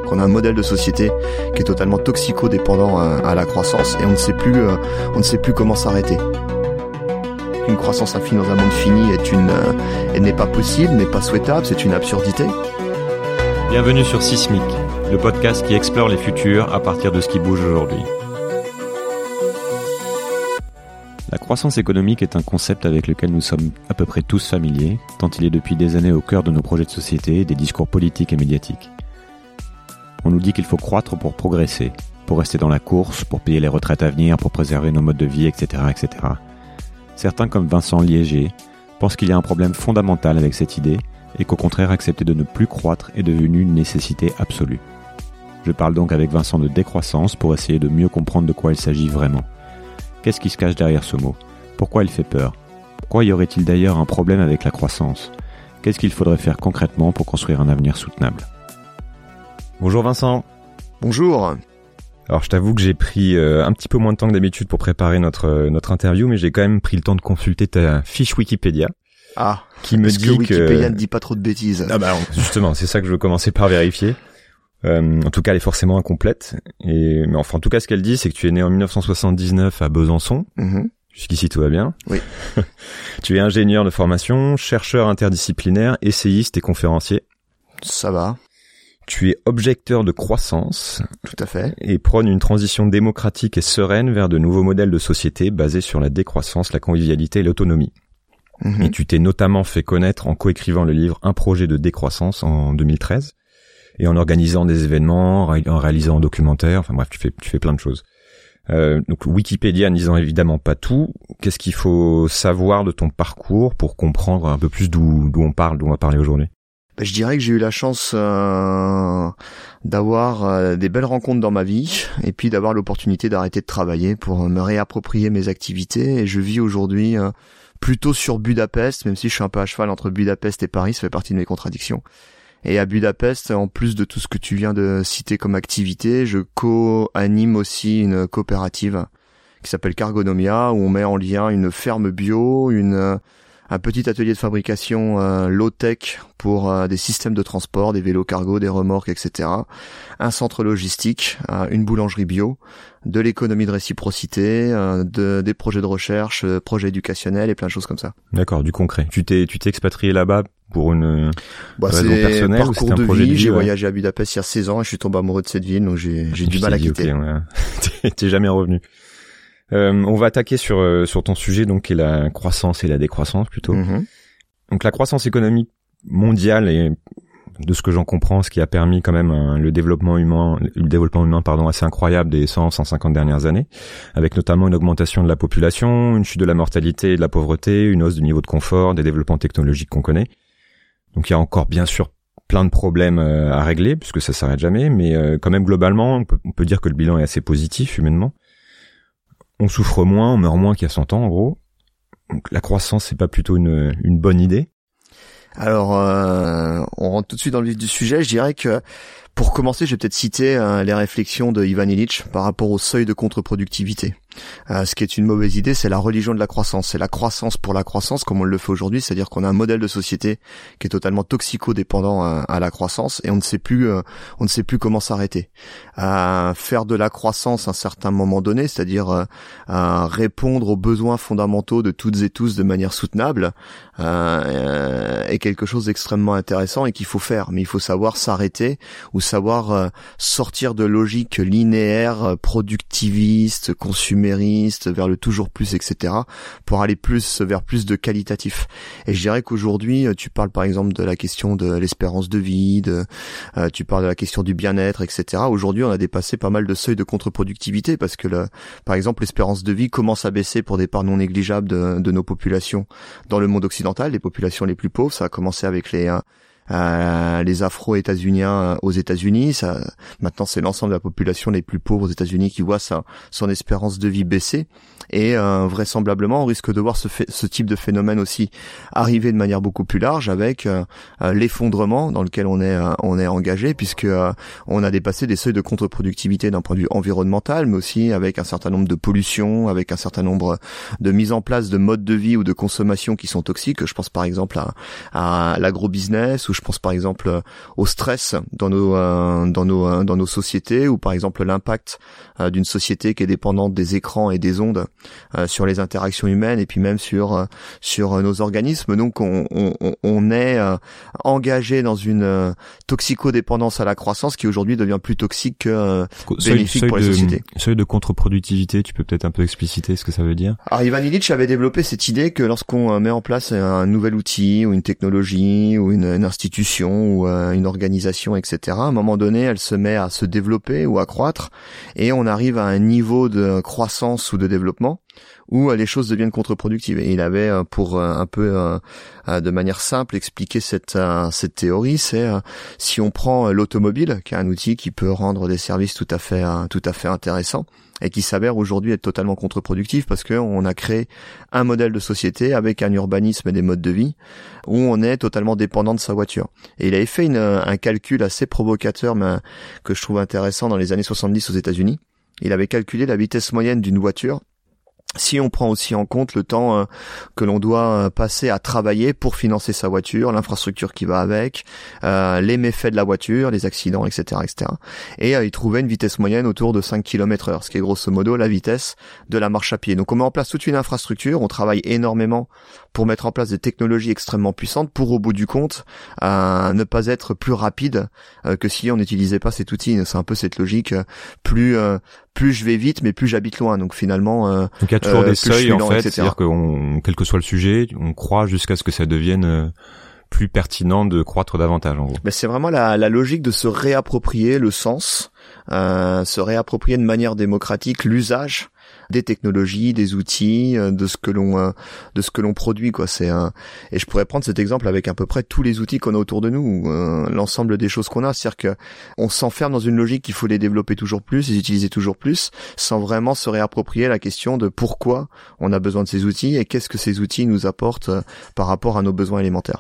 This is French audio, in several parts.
qu'on a un modèle de société qui est totalement toxico-dépendant à la croissance et on ne sait plus comment s'arrêter. Une croissance infinie dans un monde fini elle n'est pas possible, n'est pas souhaitable, c'est une absurdité. Bienvenue sur Sismic, le podcast qui explore les futurs à partir de ce qui bouge aujourd'hui. La croissance économique est un concept avec lequel nous sommes à peu près tous familiers, tant il est depuis des années au cœur de nos projets de société et des discours politiques et médiatiques. On nous dit qu'il faut croître pour progresser, pour rester dans la course, pour payer les retraites à venir, pour préserver nos modes de vie, etc., etc. Certains, comme Vincent Liéger, pensent qu'il y a un problème fondamental avec cette idée et qu'au contraire, accepter de ne plus croître est devenu une nécessité absolue. Je parle donc avec Vincent de décroissance pour essayer de mieux comprendre de quoi il s'agit vraiment. Qu'est-ce qui se cache derrière ce mot ? Pourquoi il fait peur ? Pourquoi y aurait-il d'ailleurs un problème avec la croissance ? Qu'est-ce qu'il faudrait faire concrètement pour construire un avenir soutenable ? Bonjour Vincent. Bonjour. Alors je t'avoue que j'ai pris un petit peu moins de temps que d'habitude pour préparer notre interview, mais j'ai quand même pris le temps de consulter ta fiche Wikipédia. Ah, qui me dit que Wikipédia ne dit pas trop de bêtises. Ah bah non, justement, c'est ça que je veux commencer par vérifier. En tout cas, elle est forcément incomplète. Mais enfin, en tout cas, ce qu'elle dit, c'est que tu es né en 1979 à Besançon. Mm-hmm. Jusqu'ici, tout va bien. Oui. Tu es ingénieur de formation, chercheur interdisciplinaire, essayiste et conférencier. Ça va. Tu es objecteur de croissance. Tout à fait. Et prône une transition démocratique et sereine vers de nouveaux modèles de société basés sur la décroissance, la convivialité et l'autonomie. Mm-hmm. Et tu t'es notamment fait connaître en coécrivant le livre Un projet de décroissance en 2013 et en organisant des événements, en réalisant un documentaire, enfin bref, tu fais plein de choses. Donc Wikipédia ne disant évidemment pas tout, qu'est-ce qu'il faut savoir de ton parcours pour comprendre un peu plus d'où on va parler aujourd'hui ? Je dirais que j'ai eu la chance d'avoir des belles rencontres dans ma vie et puis d'avoir l'opportunité d'arrêter de travailler pour me réapproprier mes activités. Et je vis aujourd'hui plutôt sur Budapest, même si je suis un peu à cheval entre Budapest et Paris, ça fait partie de mes contradictions. Et à Budapest, en plus de tout ce que tu viens de citer comme activité, je co-anime aussi une coopérative qui s'appelle Cargonomia, où on met en lien une ferme bio, un petit atelier de fabrication low-tech pour des systèmes de transport, des vélos cargo, des remorques, etc. Un centre logistique, une boulangerie bio, de l'économie de réciprocité, des projets de recherche, projets éducationnels et plein de choses comme ça. D'accord, du concret. Tu t'es expatrié là-bas pour une raison personnelle ou c'était un projet de vie? J'ai voyagé à Budapest il y a 16 ans et je suis tombé amoureux de cette ville, donc j'ai du mal à quitter. Okay, ouais. T'es jamais revenu. On va attaquer sur ton sujet, donc, qui est la croissance et la décroissance, plutôt. Mm-hmm. Donc, la croissance économique mondiale et, de ce que j'en comprends, ce qui a permis quand même le développement humain, assez incroyable des 150 dernières années, avec notamment une augmentation de la population, une chute de la mortalité et de la pauvreté, une hausse du niveau de confort, des développements technologiques qu'on connaît. Donc, il y a encore, bien sûr, plein de problèmes à régler, puisque ça s'arrête jamais, mais quand même, globalement, on peut dire que le bilan est assez positif, humainement. On souffre moins, on meurt moins qu'il y a 100 ans, en gros. Donc, la croissance, c'est pas plutôt une bonne idée? Alors, on rentre tout de suite dans le vif du sujet. Je dirais que, pour commencer, je vais peut-être citer les réflexions de Ivan Illich par rapport au seuil de contre-productivité. Ce qui est une mauvaise idée, c'est la religion de la croissance. C'est la croissance pour la croissance, comme on le fait aujourd'hui, c'est-à-dire qu'on a un modèle de société qui est totalement toxico-dépendant à la croissance et on ne sait plus comment s'arrêter. Faire de la croissance à un certain moment donné, c'est-à-dire répondre aux besoins fondamentaux de toutes et tous de manière soutenable, est quelque chose d'extrêmement intéressant et qu'il faut faire. Mais il faut savoir s'arrêter ou savoir sortir de logique linéaire, productiviste, consumériste, vers le toujours plus, etc., pour aller vers plus de qualitatif. Et je dirais qu'aujourd'hui, tu parles par exemple de la question de l'espérance de vie, tu parles de la question du bien-être, etc. Aujourd'hui, on a dépassé pas mal de seuils de contre-productivité parce que, par exemple, l'espérance de vie commence à baisser pour des parts non négligeables de nos populations dans le monde occidental, les populations les plus pauvres. Ça a commencé avec les Afro-États-Uniens aux États-Unis. Maintenant, c'est l'ensemble de la population les plus pauvres aux États-Unis qui voit son espérance de vie baisser. Et vraisemblablement, on risque de voir ce type de phénomène aussi arriver de manière beaucoup plus large avec l'effondrement dans lequel on est engagé, puisque on a dépassé des seuils de contre-productivité d'un point de vue environnemental, mais aussi avec un certain nombre de pollutions, avec un certain nombre de mises en place de modes de vie ou de consommation qui sont toxiques. Je pense par exemple à l'agro-business, ou je pense par exemple au stress dans nos sociétés, ou par exemple l'impact d'une société qui est dépendante des écrans et des ondes sur les interactions humaines, et puis même sur nos organismes. Donc on est engagé dans une toxicodépendance à la croissance qui aujourd'hui devient plus toxique que bénéfique pour les sociétés. Seuil de contre-productivité, tu peux peut-être un peu expliciter ce que ça veut dire? Alors Ivan Illich avait développé cette idée que lorsqu'on met en place un nouvel outil ou une technologie ou une institution ou une organisation, etc., à un moment donné, elle se met à se développer ou à croître, et on arrive à un niveau de croissance ou de développement où les choses deviennent contre-productives. Et il avait, pour un peu de manière simple, expliqué cette théorie. C'est si on prend l'automobile, qui est un outil qui peut rendre des services tout à fait intéressants, et qui s'avère aujourd'hui être totalement contre-productif parce que on a créé un modèle de société avec un urbanisme et des modes de vie où on est totalement dépendant de sa voiture. Et il avait fait un calcul assez provocateur, mais que je trouve intéressant, dans les années 70 aux États-Unis. Il avait calculé la vitesse moyenne d'une voiture si on prend aussi en compte le temps que l'on doit passer à travailler pour financer sa voiture, l'infrastructure qui va avec, les méfaits de la voiture, les accidents, etc., etc. Et il trouvait une vitesse moyenne autour de 5 km/h, ce qui est grosso modo la vitesse de la marche à pied. Donc on met en place toute une infrastructure, on travaille énormément pour mettre en place des technologies extrêmement puissantes pour, au bout du compte, ne pas être plus rapide que si on n'utilisait pas cet outil. C'est un peu cette logique, plus je vais vite, mais plus j'habite loin. Donc finalement, donc il y a toujours des seuils en fait, c'est-à-dire que quel que soit le sujet, on croit jusqu'à ce que ça devienne plus pertinent de croître davantage en gros. Ben c'est vraiment la logique de se réapproprier le sens, se réapproprier de manière démocratique l'usage des technologies, des outils, de ce que l'on produit, quoi. Et je pourrais prendre cet exemple avec à peu près tous les outils qu'on a autour de nous, l'ensemble des choses qu'on a, c'est-à-dire que on s'enferme dans une logique qu'il faut les développer toujours plus, les utiliser toujours plus, sans vraiment se réapproprier la question de pourquoi on a besoin de ces outils et qu'est-ce que ces outils nous apportent par rapport à nos besoins élémentaires.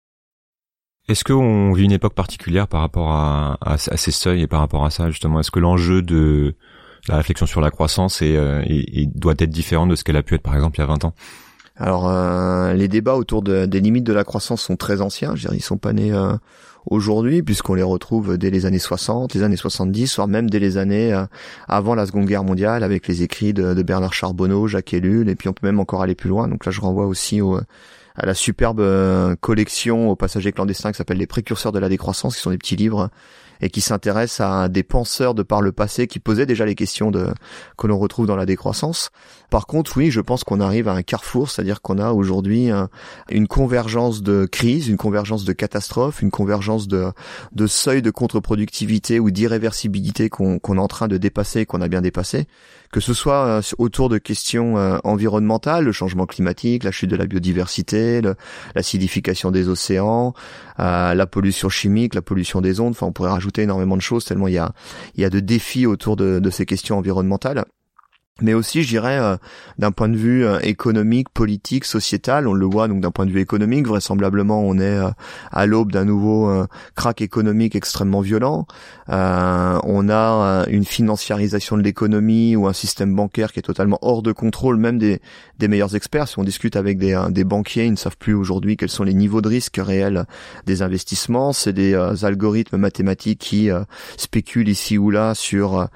Est-ce qu'on vit une époque particulière par rapport à ces seuils et par rapport à ça, justement? Est-ce que l'enjeu de la réflexion sur la croissance doit être différent de ce qu'elle a pu être, par exemple, il y a 20 ans? Alors, les débats autour des limites de la croissance sont très anciens. Je veux dire, ils sont pas nés aujourd'hui, puisqu'on les retrouve dès les années 60, les années 70, voire même dès les années avant la Seconde Guerre mondiale, avec les écrits de Bernard Charbonneau, Jacques Ellul, et puis on peut même encore aller plus loin. Donc là, je renvoie aussi à la superbe collection aux passagers clandestins qui s'appelle Les Précurseurs de la décroissance, qui sont des petits livres et qui s'intéressent à des penseurs de par le passé qui posaient déjà les questions que l'on retrouve dans la décroissance. Par contre, oui, je pense qu'on arrive à un carrefour, c'est-à-dire qu'on a aujourd'hui une convergence de crises, une convergence de catastrophes, une convergence de seuils de contre-productivité ou d'irréversibilité qu'on est en train de dépasser, qu'on a bien dépassé, que ce soit autour de questions environnementales, le changement climatique, la chute de la biodiversité, l'acidification des océans, la pollution chimique, la pollution des ondes. Enfin, on pourrait rajouter énormément de choses tellement il y a de défis autour de ces questions environnementales. Mais aussi, je dirais, d'un point de vue économique, politique, sociétal, on le voit donc d'un point de vue économique, vraisemblablement on est à l'aube d'un nouveau krach économique extrêmement violent. On a une financiarisation de l'économie ou un système bancaire qui est totalement hors de contrôle, même des meilleurs experts. Si on discute avec des banquiers, ils ne savent plus aujourd'hui quels sont les niveaux de risque réels des investissements. C'est des algorithmes mathématiques qui spéculent ici ou là sur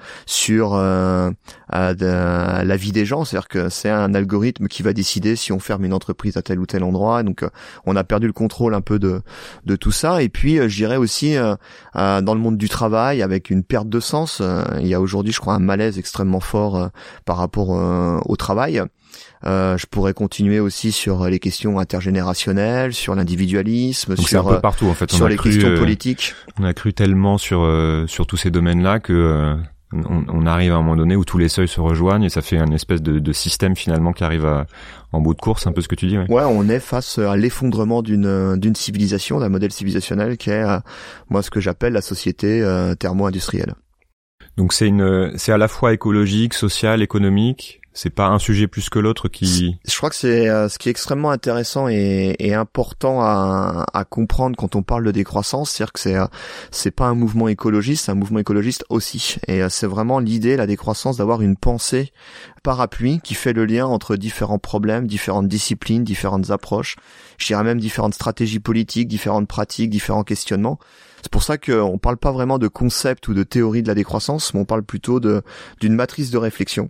la vie des gens, c'est-à-dire que c'est un algorithme qui va décider si on ferme une entreprise à tel ou tel endroit. Donc on a perdu le contrôle un peu de tout ça. Et puis je dirais aussi dans le monde du travail, avec une perte de sens, il y a aujourd'hui, je crois, un malaise extrêmement fort par rapport au travail. Je pourrais continuer aussi sur les questions intergénérationnelles, sur l'individualisme, donc sur un peu partout en fait. Sur les questions politiques. On a cru tellement sur tous ces domaines-là que on arrive à un moment donné où tous les seuils se rejoignent et ça fait une espèce de système finalement qui arrive en bout de course, un peu ce que tu dis. Ouais, on est face à l'effondrement d'une civilisation, d'un modèle civilisationnel qui est moi ce que j'appelle la société thermo-industrielle. Donc c'est à la fois écologique, social, économique. C'est pas un sujet plus que l'autre qui... Je crois que c'est ce qui est extrêmement intéressant et important à comprendre quand on parle de décroissance, c'est-à-dire que c'est pas un mouvement écologiste, c'est un mouvement écologiste aussi. Et c'est vraiment l'idée, la décroissance, d'avoir une pensée parapluie qui fait le lien entre différents problèmes, différentes disciplines, différentes approches, je dirais même différentes stratégies politiques, différentes pratiques, différents questionnements. C'est pour ça qu'on parle pas vraiment de concept ou de théorie de la décroissance, mais on parle plutôt d'une matrice de réflexion,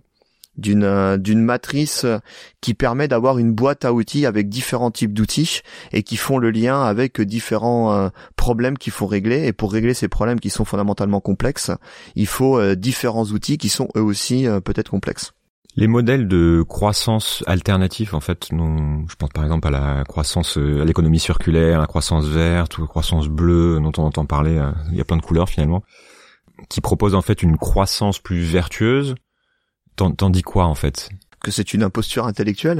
d'une matrice qui permet d'avoir une boîte à outils avec différents types d'outils et qui font le lien avec différents problèmes qu'il faut régler. Et pour régler ces problèmes qui sont fondamentalement complexes, il faut différents outils qui sont eux aussi peut-être complexes. Les modèles de croissance alternatifs, en fait, je pense par exemple à la croissance, à l'économie circulaire, la croissance verte ou la croissance bleue dont on entend parler, il y a plein de couleurs finalement, qui proposent en fait une croissance plus vertueuse. T'en dis quoi en fait? Que c'est une imposture intellectuelle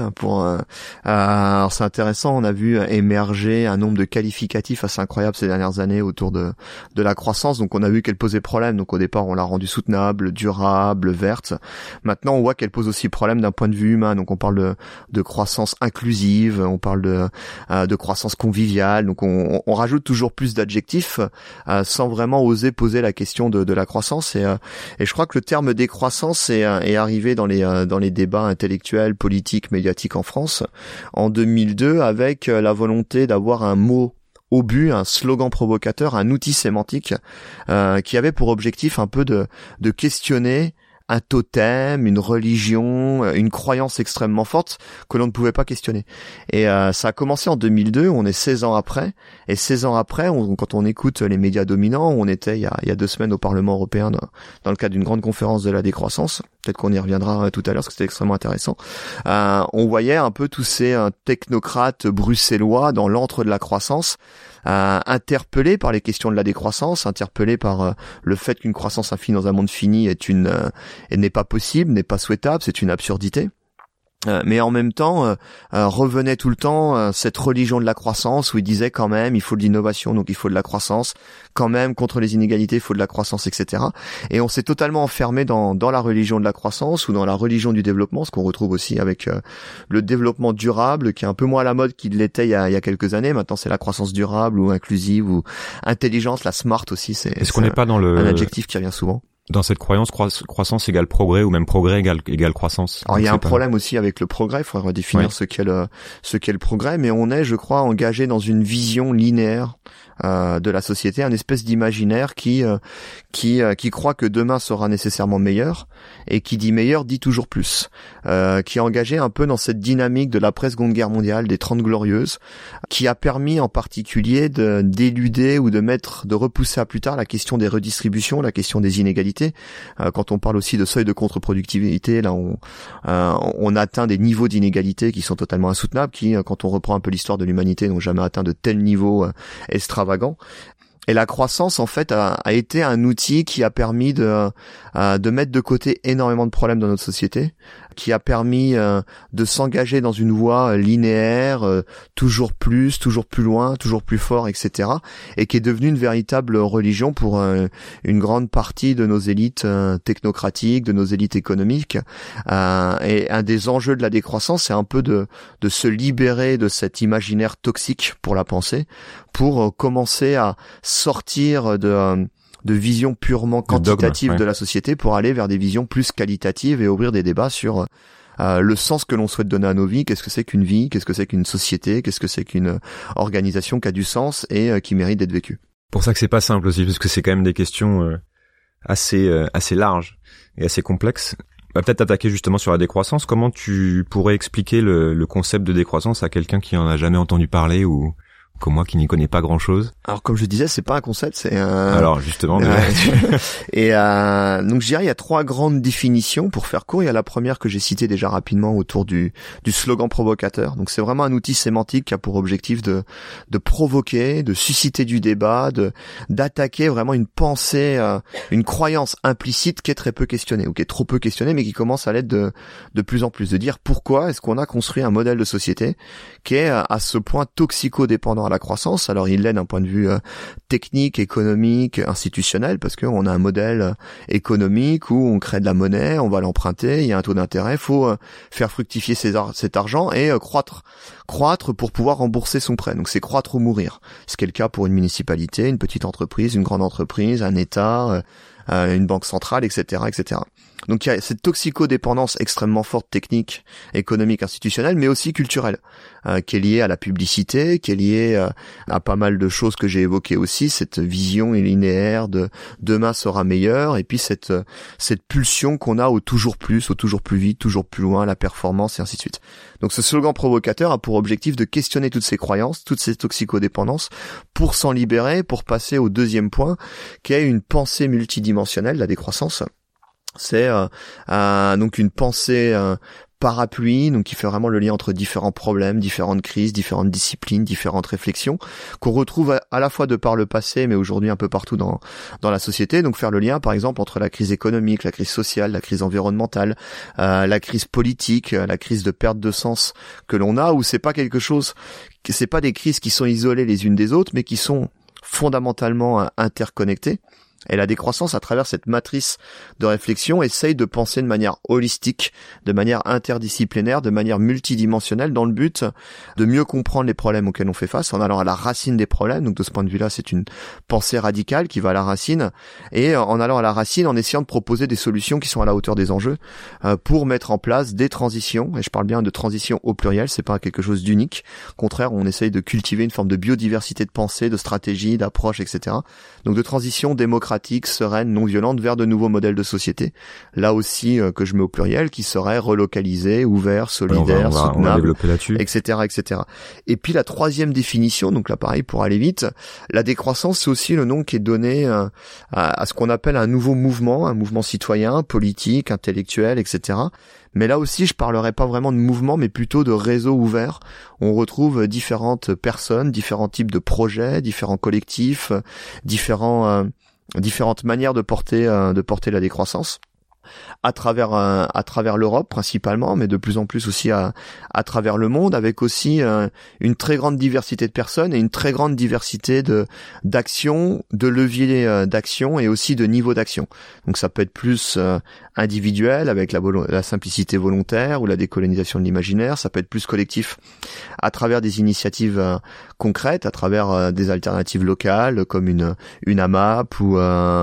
alors c'est intéressant, on a vu émerger un nombre de qualificatifs assez incroyables ces dernières années autour de la croissance. Donc on a vu qu'elle posait problème, donc au départ on l'a rendue soutenable, durable, verte. Maintenant on voit qu'elle pose aussi problème d'un point de vue humain, donc on parle de croissance inclusive, on parle de croissance conviviale, donc on rajoute toujours plus d'adjectifs sans vraiment oser poser la question de la croissance. Et je crois que le terme décroissance est arrivé dans les débats intellectuels, politiques, médiatiques en France en 2002 avec la volonté d'avoir un mot obus, un slogan provocateur, un outil sémantique qui avait pour objectif un peu de questionner un totem, une religion, une croyance extrêmement forte que l'on ne pouvait pas questionner. Et ça a commencé en 2002, on est 16 ans après, et 16 ans après, quand on écoute les médias dominants, on était il y a 2 semaines au Parlement européen dans le cadre d'une grande conférence de la décroissance, peut-être qu'on y reviendra tout à l'heure parce que c'était extrêmement intéressant, on voyait un peu tous ces technocrates bruxellois dans l'antre de la croissance, interpellés par les questions de la décroissance, interpellés par le fait qu'une croissance infinie dans un monde fini n'est pas possible, n'est pas souhaitable, c'est une absurdité. Mais en même temps, revenait tout le temps cette religion de la croissance où il disait quand même il faut de l'innovation, donc il faut de la croissance, quand même contre les inégalités il faut de la croissance, etc. Et on s'est totalement enfermé dans la religion de la croissance ou dans la religion du développement, ce qu'on retrouve aussi avec le développement durable qui est un peu moins à la mode qu'il l'était il y a quelques années. Maintenant c'est la croissance durable ou inclusive ou intelligence, la smart aussi, Est-ce qu'on n'est pas dans un adjectif qui revient souvent. Dans cette croyance, croissance égale progrès ou même progrès égale croissance. Alors il y a un problème aussi avec le progrès, il faudrait redéfinir ce qu'est le progrès, mais on est, je crois, engagé dans une vision linéaire de la société, un espèce d'imaginaire qui croit que demain sera nécessairement meilleur et qui dit meilleur dit toujours plus, qui est engagé un peu dans cette dynamique de l'après-Seconde Guerre mondiale, des 30 glorieuses, qui a permis en particulier d'éluder ou de repousser à plus tard la question des redistributions, la question des inégalités. Quand on parle aussi de seuil de contre-productivité, là on atteint des niveaux d'inégalité qui sont totalement insoutenables, qui, quand on reprend un peu l'histoire de l'humanité, n'ont jamais atteint de tels niveaux extravagants. Et la croissance, en fait, a été un outil qui a permis de mettre de côté énormément de problèmes dans notre société, qui a permis de s'engager dans une voie linéaire, toujours plus loin, toujours plus fort, etc. Et qui est devenue une véritable religion pour une grande partie de nos élites technocratiques, de nos élites économiques. Et un des enjeux de la décroissance, c'est un peu de se libérer de cet imaginaire toxique pour la pensée, pour commencer à sortir de visions purement quantitatives de la société pour aller vers des visions plus qualitatives et ouvrir des débats sur le sens que l'on souhaite donner à nos vies. Qu'est-ce que c'est qu'une vie? Qu'est-ce que c'est qu'une société? Qu'est-ce que c'est qu'une organisation qui a du sens et qui mérite d'être vécue? Pour ça que c'est pas simple aussi, parce que c'est quand même des questions assez larges et assez complexes. On va peut-être t'attaquer justement sur la décroissance. Comment tu pourrais expliquer le concept de décroissance à quelqu'un qui en a jamais entendu parler ou comme moi qui n'y connais pas grand-chose? Alors comme je disais, c'est pas un concept, c'est un... Alors justement. Et donc je dirais il y a 3 grandes définitions pour faire court. Il y a la première que j'ai citée déjà rapidement autour du slogan provocateur. Donc c'est vraiment un outil sémantique qui a pour objectif de provoquer, de susciter du débat, d'attaquer vraiment une pensée, une croyance implicite qui est très peu questionnée ou qui est trop peu questionnée, mais qui commence à l'être de plus en plus. De dire pourquoi est-ce qu'on a construit un modèle de société qui est à ce point toxico-dépendant à la croissance. Alors il l'est d'un point de vue technique, économique, institutionnel, parce qu'on a un modèle économique où on crée de la monnaie, on va l'emprunter, il y a un taux d'intérêt, il faut faire fructifier cet argent et croître pour pouvoir rembourser son prêt. Donc c'est croître ou mourir. Ce qui est le cas pour une municipalité, une petite entreprise, une grande entreprise, un État, une banque centrale, etc., etc. Donc il y a cette toxicodépendance extrêmement forte, technique, économique, institutionnelle, mais aussi culturelle, qui est liée à la publicité, qui est liée à pas mal de choses que j'ai évoquées aussi, cette vision linéaire de demain sera meilleur, et puis cette pulsion qu'on a au toujours plus vite, toujours plus loin, la performance, et ainsi de suite. Donc ce slogan provocateur a pour objectif de questionner toutes ces croyances, toutes ces toxicodépendances, pour s'en libérer, pour passer au deuxième point, qui est une pensée multidimensionnelle, la décroissance. C'est donc une pensée parapluie, donc qui fait vraiment le lien entre différents problèmes, différentes crises, différentes disciplines, différentes réflexions, qu'on retrouve à la fois de par le passé, mais aujourd'hui un peu partout dans la société. Donc faire le lien, par exemple, entre la crise économique, la crise sociale, la crise environnementale, la crise politique, la crise de perte de sens que l'on a, où c'est pas des crises qui sont isolées les unes des autres, mais qui sont fondamentalement interconnectées. Et la décroissance, à travers cette matrice de réflexion, essaye de penser de manière holistique, de manière interdisciplinaire, de manière multidimensionnelle, dans le but de mieux comprendre les problèmes auxquels on fait face, en allant à la racine des problèmes. Donc de ce point de vue-là, c'est une pensée radicale qui va à la racine, et en allant à la racine, en essayant de proposer des solutions qui sont à la hauteur des enjeux, pour mettre en place des transitions. Et je parle bien de transition au pluriel, c'est pas quelque chose d'unique. Au contraire, on essaye de cultiver une forme de biodiversité de pensée, de stratégie, d'approche, etc. Donc de transition démocratique, sereine, non violente, vers de nouveaux modèles de société. Là aussi, que je mets au pluriel, qui seraient relocalisés, ouverts, solidaires, soutenables, etc., etc. Et puis la troisième définition, donc là pareil pour aller vite, la décroissance, c'est aussi le nom qui est donné à ce qu'on appelle un nouveau mouvement, un mouvement citoyen, politique, intellectuel, etc. Mais là aussi, je parlerai pas vraiment de mouvement, mais plutôt de réseau ouvert. On retrouve différentes personnes, différents types de projets, différents collectifs, différentes manières de porter la décroissance à travers l'Europe principalement, mais de plus en plus aussi à travers le monde, avec aussi une très grande diversité de personnes et une très grande diversité d'actions, de leviers d'action et aussi de niveaux d'action. Donc ça peut être plus individuel avec la simplicité volontaire ou la décolonisation de l'imaginaire, ça peut être plus collectif à travers des initiatives concrètes, à travers des alternatives locales comme une AMAP ou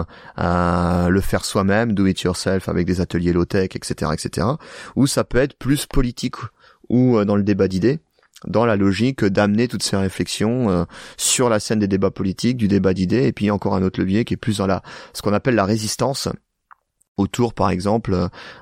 le faire soi-même, do it yourself avec des ateliers low-tech, etc., etc. Ou ça peut être plus politique ou dans le débat d'idées, dans la logique d'amener toutes ces réflexions sur la scène des débats politiques, du débat d'idées, et puis encore un autre levier qui est plus dans ce qu'on appelle la résistance, autour par exemple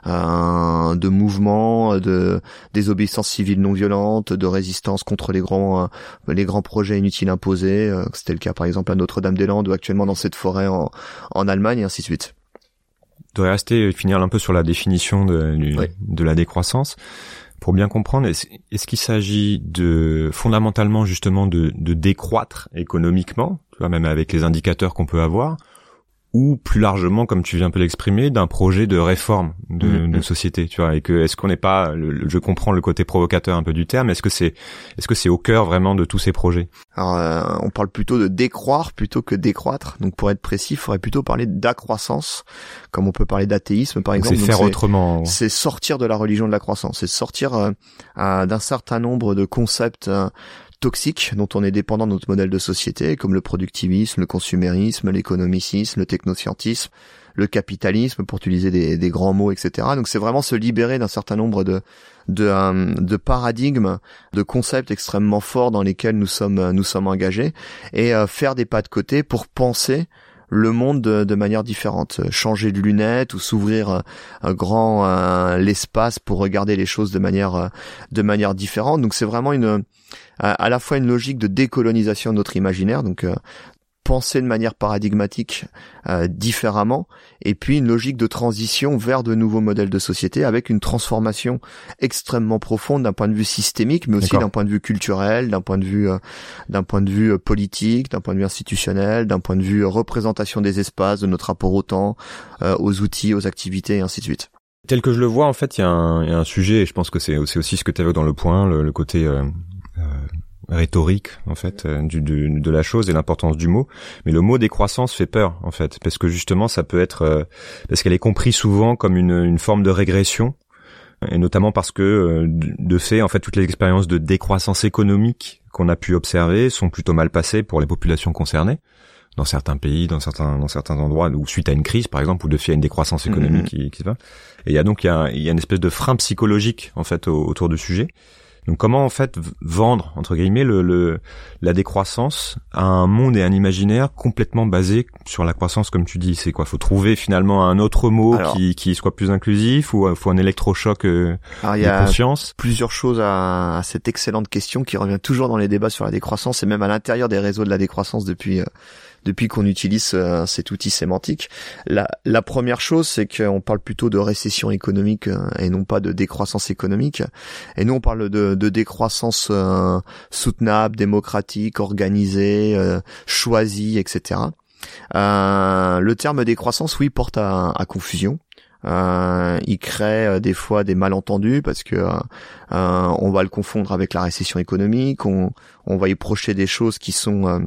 de mouvements, de désobéissance civile non violente, de résistance contre les grands projets inutiles imposés. C'était le cas par exemple à Notre-Dame-des-Landes ou actuellement dans cette forêt en Allemagne, et ainsi de suite. Je dois finir un peu sur la définition de la décroissance. Pour bien comprendre, est-ce qu'il s'agit fondamentalement justement de décroître économiquement, tu vois, même avec les indicateurs qu'on peut avoir, ou plus largement, comme tu viens un peu l'exprimer, d'un projet de réforme de société, tu vois, et est-ce qu'on n'est pas, je comprends le côté provocateur un peu du terme, est-ce que c'est au cœur vraiment de tous ces projets? Alors, on parle plutôt de décroître plutôt que décroître. Donc, pour être précis, il faudrait plutôt parler d'accroissance, comme on peut parler d'athéisme, par exemple. C'est faire autrement. C'est sortir de la religion de la croissance, c'est sortir d'un certain nombre de concepts toxiques dont on est dépendant de notre modèle de société, comme le productivisme, le consumérisme, l'économicisme, le technoscientisme, le capitalisme, pour utiliser des grands mots, etc. Donc c'est vraiment se libérer d'un certain nombre de paradigmes, de concepts extrêmement forts dans lesquels nous sommes engagés, et faire des pas de côté pour penser le monde de manière différente, changer de lunettes ou s'ouvrir l'espace pour regarder les choses de manière différente. Donc c'est vraiment à la fois une logique de décolonisation de notre imaginaire, donc penser de manière paradigmatique différemment, et puis une logique de transition vers de nouveaux modèles de société avec une transformation extrêmement profonde d'un point de vue systémique, mais aussi d'un point de vue culturel, d'un point de vue politique, d'un point de vue institutionnel, d'un point de vue représentation des espaces, de notre rapport au temps, aux outils, aux activités, et ainsi de suite. Tel que je le vois, en fait, il y a un sujet, et je pense que c'est aussi ce que tu avais dans le point, le côté rhétorique en fait de la chose et l'importance du mot, mais le mot décroissance fait peur en fait, parce que justement ça peut être parce qu'elle est comprise souvent comme une forme de régression, et notamment parce que de fait en fait toutes les expériences de décroissance économique qu'on a pu observer sont plutôt mal passées pour les populations concernées dans certains pays, dans certains endroits, ou suite à une crise par exemple, ou de fait à une décroissance économique qui se va. Et il y a une espèce de frein psychologique en fait autour du sujet. Donc comment en fait vendre entre guillemets la décroissance à un monde et un imaginaire complètement basé sur la croissance, comme tu dis, c'est quoi? Faut trouver finalement un autre mot qui soit plus inclusif, ou faut un électrochoc de conscience? Plusieurs choses à cette excellente question qui revient toujours dans les débats sur la décroissance, et même à l'intérieur des réseaux de la décroissance depuis qu'on utilise cet outil sémantique. La première chose, c'est qu'on parle plutôt de récession économique et non pas de décroissance économique. Et nous, on parle de décroissance soutenable, démocratique, organisée, choisie, etc. Le terme décroissance, oui, porte à confusion. Il crée des fois des malentendus parce que on va le confondre avec la récession économique, on va y projeter des choses qui sont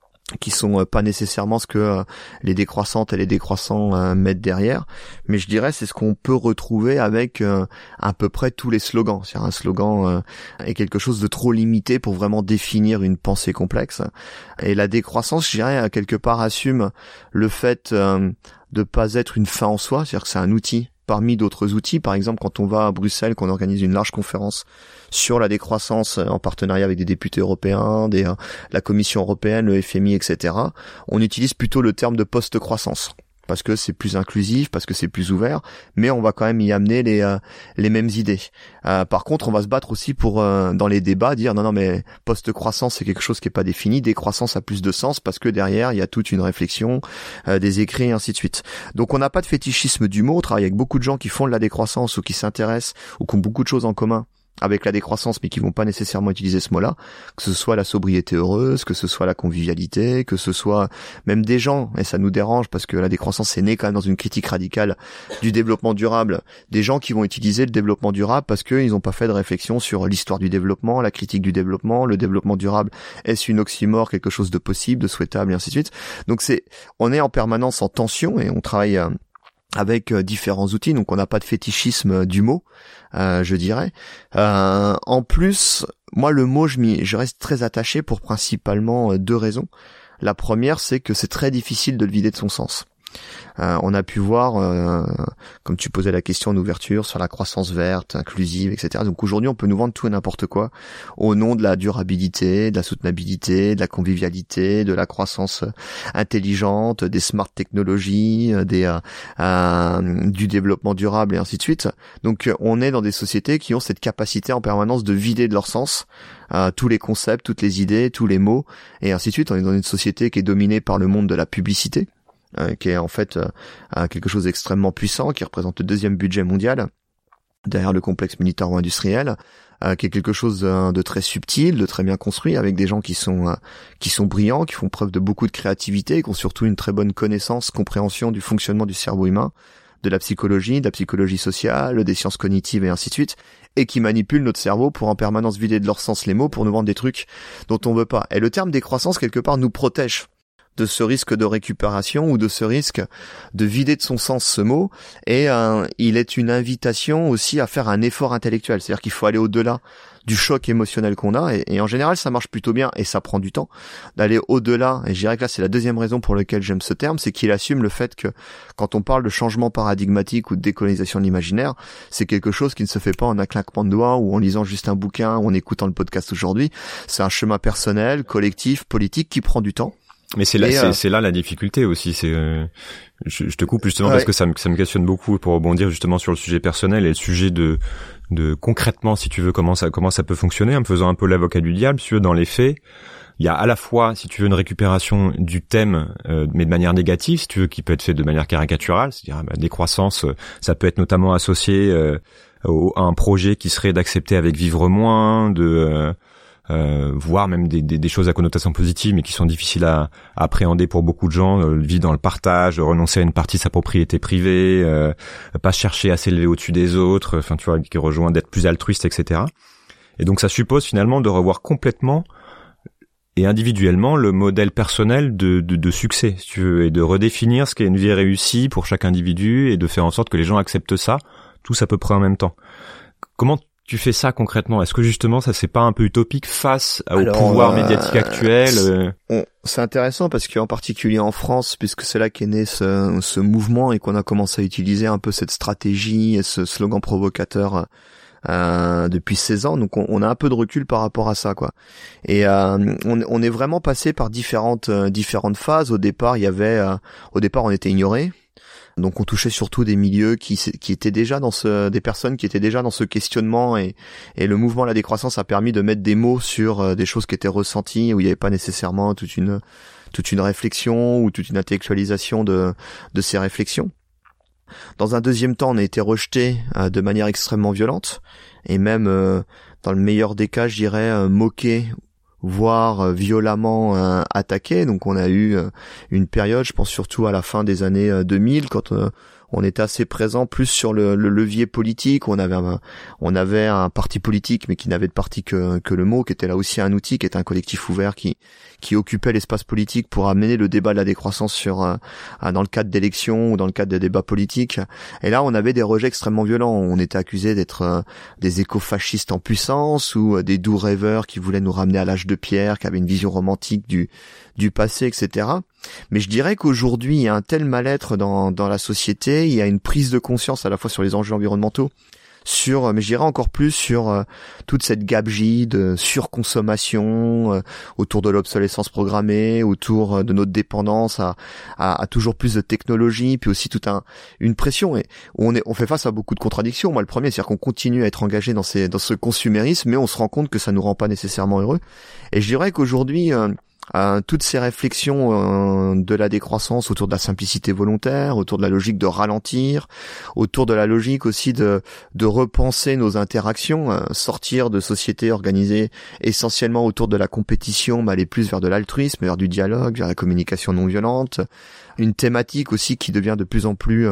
pas nécessairement ce que les décroissantes et les décroissants mettent derrière, mais je dirais c'est ce qu'on peut retrouver avec à peu près tous les slogans. C'est-à-dire un slogan est quelque chose de trop limité pour vraiment définir une pensée complexe, et la décroissance, je dirais, quelque part assume le fait de pas être une fin en soi, c'est-à-dire que c'est un outil parmi d'autres outils. Par exemple, quand on va à Bruxelles, qu'on organise une large conférence sur la décroissance en partenariat avec des députés européens, la Commission européenne, le FMI, etc., on utilise plutôt le terme de post-croissance, parce que c'est plus inclusif, parce que c'est plus ouvert, mais on va quand même y amener les mêmes idées. Par contre, on va se battre aussi pour, dans les débats, dire non, mais post-croissance, c'est quelque chose qui est pas défini, décroissance a plus de sens, parce que derrière, il y a toute une réflexion, des écrits, et ainsi de suite. Donc on n'a pas de fétichisme du mot, on travaille avec beaucoup de gens qui font de la décroissance, ou qui s'intéressent, ou qui ont beaucoup de choses en commun avec la décroissance, mais qui vont pas nécessairement utiliser ce mot-là, que ce soit la sobriété heureuse, que ce soit la convivialité, que ce soit même des gens, et ça nous dérange parce que la décroissance est née quand même dans une critique radicale du développement durable, des gens qui vont utiliser le développement durable parce qu'ils n'ont pas fait de réflexion sur l'histoire du développement, la critique du développement, le développement durable, est-ce une oxymore, quelque chose de possible, de souhaitable, et ainsi de suite. Donc on est en permanence en tension, et on travaille avec différents outils, donc on n'a pas de fétichisme du mot, je dirais. En plus, moi le mot, je reste très attaché pour principalement deux raisons. La première, c'est que c'est très difficile de le vider de son sens. On a pu voir, comme tu posais la question en ouverture, sur la croissance verte, inclusive, etc. Donc aujourd'hui, on peut nous vendre tout et n'importe quoi au nom de la durabilité, de la soutenabilité, de la convivialité, de la croissance intelligente, des smart technologies, du développement durable, et ainsi de suite. Donc on est dans des sociétés qui ont cette capacité en permanence de vider de leur sens tous les concepts, toutes les idées, tous les mots, et ainsi de suite. On est dans une société qui est dominée par le monde de la publicité, qui est en fait quelque chose d'extrêmement puissant, qui représente le deuxième budget mondial derrière le complexe militaro-industriel, qui est quelque chose de très subtil, de très bien construit, avec des gens qui sont brillants, qui font preuve de beaucoup de créativité, qui ont surtout une très bonne connaissance, compréhension du fonctionnement du cerveau humain, de la psychologie sociale, des sciences cognitives, et ainsi de suite, et qui manipulent notre cerveau pour en permanence vider de leur sens les mots, pour nous vendre des trucs dont on veut pas. Et le terme décroissance, quelque part, nous protège de ce risque de récupération, ou de ce risque de vider de son sens ce mot, et il est une invitation aussi à faire un effort intellectuel, c'est-à-dire qu'il faut aller au-delà du choc émotionnel qu'on a, et en général ça marche plutôt bien, et ça prend du temps d'aller au-delà, et je dirais que là c'est la deuxième raison pour laquelle j'aime ce terme, c'est qu'il assume le fait que quand on parle de changement paradigmatique ou de décolonisation de l'imaginaire, c'est quelque chose qui ne se fait pas en un claquement de doigts, ou en lisant juste un bouquin, ou en écoutant le podcast aujourd'hui. C'est un chemin personnel, collectif, politique, qui prend du temps. Mais c'est là la difficulté aussi. Je te coupe justement parce que ça me questionne beaucoup, pour rebondir justement sur le sujet personnel et le sujet de concrètement, si tu veux, comment ça peut fonctionner, en me faisant un peu l'avocat du diable. Si tu veux, dans les faits, il y a à la fois, si tu veux, une récupération du thème, mais de manière négative, si tu veux, qui peut être fait de manière caricaturale, c'est-à-dire décroissance, ça peut être notamment associé à un projet qui serait d'accepter avec vivre moins, voire même des choses à connotation positive, mais qui sont difficiles à appréhender pour beaucoup de gens, vivre dans le partage, renoncer à une partie de sa propriété privée, pas chercher à s'élever au-dessus des autres, enfin tu vois, qui rejoint d'être plus altruiste, etc. Et donc ça suppose finalement de revoir complètement et individuellement le modèle personnel de succès, si tu veux, et de redéfinir ce qu'est une vie réussie pour chaque individu et de faire en sorte que les gens acceptent ça, tous à peu près en même temps. Comment tu fais ça concrètement? Est-ce que justement ça c'est pas un peu utopique face au pouvoir médiatique actuel? C'est intéressant parce qu'en particulier en France, puisque c'est là qu'est né ce mouvement et qu'on a commencé à utiliser un peu cette stratégie et ce slogan provocateur depuis 16 ans, donc on a un peu de recul par rapport à ça, quoi. Et on est vraiment passé par différentes phases. Au départ, on était ignoré. Donc on touchait surtout des milieux qui étaient déjà des personnes qui étaient déjà dans ce questionnement, et le mouvement La Décroissance a permis de mettre des mots sur des choses qui étaient ressenties, où il n'y avait pas nécessairement toute une réflexion ou toute une intellectualisation de ces réflexions. Dans un deuxième temps, on a été rejeté de manière extrêmement violente, et même dans le meilleur des cas, je dirais moqué, voire violemment attaqué. Donc on a eu une période, je pense surtout à la fin des années 2000, quand on était assez présent plus sur le levier politique. On avait un parti politique, mais qui n'avait de parti que le mot, qui était là aussi un outil, qui était un collectif ouvert qui occupait l'espace politique pour amener le débat de la décroissance dans le cadre d'élections ou dans le cadre des débats politiques. Et là, on avait des rejets extrêmement violents. On était accusés d'être des écofascistes en puissance, ou des doux rêveurs qui voulaient nous ramener à l'âge de pierre, qui avaient une vision romantique du passé, etc. Mais je dirais qu'aujourd'hui, il y a un tel mal-être dans la société, il y a une prise de conscience à la fois sur les enjeux environnementaux, mais je dirais encore plus sur toute cette gabegie de surconsommation autour de l'obsolescence programmée, autour de notre dépendance à toujours plus de technologie, puis aussi toute une pression, et on fait face à beaucoup de contradictions. Moi, le premier, c'est-à-dire qu'on continue à être engagé dans ce consumérisme, mais on se rend compte que ça nous rend pas nécessairement heureux. Et je dirais qu'aujourd'hui, toutes ces réflexions de la décroissance autour de la simplicité volontaire, autour de la logique de ralentir, autour de la logique aussi de repenser nos interactions, sortir de sociétés organisées essentiellement autour de la compétition, mais aller plus vers de l'altruisme, vers du dialogue, vers la communication non violente. Une thématique aussi qui devient de plus en plus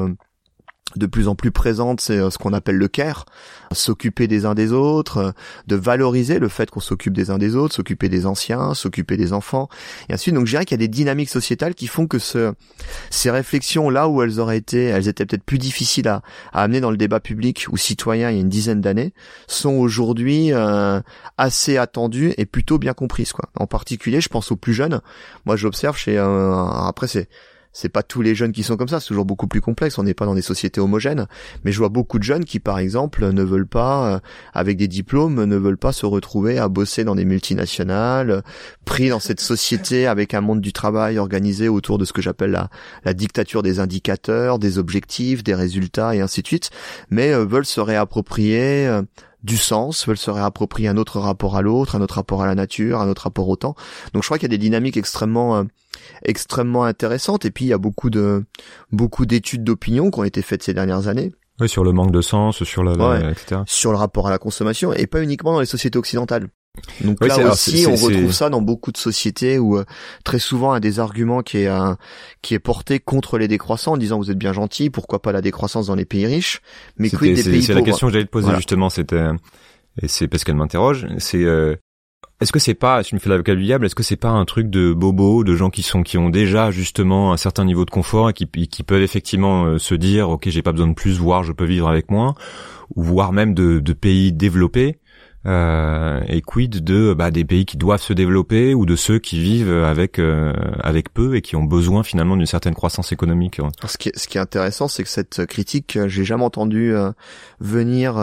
présente, c'est ce qu'on appelle le care, s'occuper des uns des autres, de valoriser le fait qu'on s'occupe des uns des autres, s'occuper des anciens, s'occuper des enfants, et ainsi de suite. Donc je dirais qu'il y a des dynamiques sociétales qui font que ces réflexions, là où elles étaient peut-être plus difficiles à amener dans le débat public ou citoyen il y a une dizaine d'années, sont aujourd'hui assez attendues et plutôt bien comprises, quoi. En particulier, je pense aux plus jeunes. Moi, j'observe après c'est pas tous les jeunes qui sont comme ça, c'est toujours beaucoup plus complexe, on n'est pas dans des sociétés homogènes, mais je vois beaucoup de jeunes qui, par exemple, ne veulent pas, avec des diplômes, ne veulent pas se retrouver à bosser dans des multinationales, pris dans cette société avec un monde du travail organisé autour de ce que j'appelle la dictature des indicateurs, des objectifs, des résultats et ainsi de suite, mais veulent se réapproprier du sens, veulent se réapproprier un autre rapport à l'autre, un autre rapport à la nature, un autre rapport au temps. Donc je crois qu'il y a des dynamiques extrêmement intéressantes, et puis il y a beaucoup d'études d'opinion qui ont été faites ces dernières années. Oui, sur le manque de sens, sur etc. Sur le rapport à la consommation, et pas uniquement dans les sociétés occidentales. Donc oui, là aussi, on retrouve ça dans beaucoup de sociétés où très souvent un des arguments qui est porté contre les décroissants, en disant vous êtes bien gentils, pourquoi pas la décroissance dans les pays riches, mais quid des pays pauvres. C'est la question que j'allais te poser, voilà. Justement, et c'est parce qu'elle m'interroge, est-ce que c'est pas, si tu me fais l'avocat du diable, est-ce que c'est pas un truc de bobos, de gens qui ont déjà justement un certain niveau de confort et qui peuvent effectivement se dire ok, j'ai pas besoin de plus, voire je peux vivre avec moins, ou voire même de pays développés, et quid des pays qui doivent se développer, ou de ceux qui vivent avec peu et qui ont besoin finalement d'une certaine croissance économique. Ce qui est intéressant, c'est que cette critique, j'ai jamais entendu venir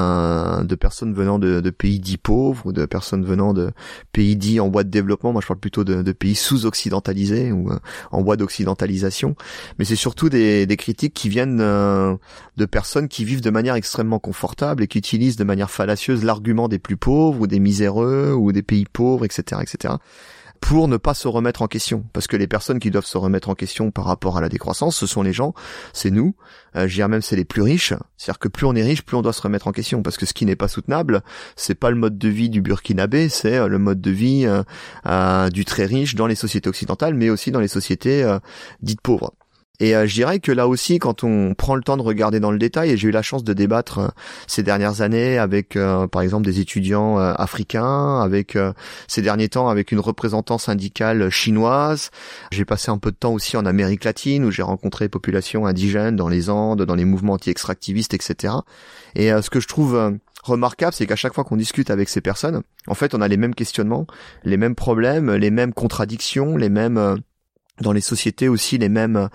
de personnes venant de pays dits pauvres, ou de personnes venant de pays dits en voie de développement. Moi, je parle plutôt de pays sous-occidentalisés ou en voie d'occidentalisation. Mais c'est surtout des critiques qui viennent de personnes qui vivent de manière extrêmement confortable et qui utilisent de manière fallacieuse l'argument des plus pauvres ou des miséreux ou des pays pauvres, etc., pour ne pas se remettre en question. Parce que les personnes qui doivent se remettre en question par rapport à la décroissance, ce sont les gens, c'est nous, je dirais même c'est les plus riches. C'est-à-dire que plus on est riche, plus on doit se remettre en question. Parce que ce qui n'est pas soutenable, c'est pas le mode de vie du Burkinabé, c'est le mode de vie du très riche dans les sociétés occidentales, mais aussi dans les sociétés dites pauvres. Et je dirais que là aussi, quand on prend le temps de regarder dans le détail, et j'ai eu la chance de débattre ces dernières années avec, par exemple, des étudiants africains, avec ces derniers temps avec une représentante syndicale chinoise. J'ai passé un peu de temps aussi en Amérique latine, où j'ai rencontré les populations indigènes dans les Andes, dans les mouvements anti-extractivistes, etc. Et ce que je trouve remarquable, c'est qu'à chaque fois qu'on discute avec ces personnes, en fait, on a les mêmes questionnements, les mêmes problèmes, les mêmes contradictions, les mêmes dans les sociétés aussi les mêmes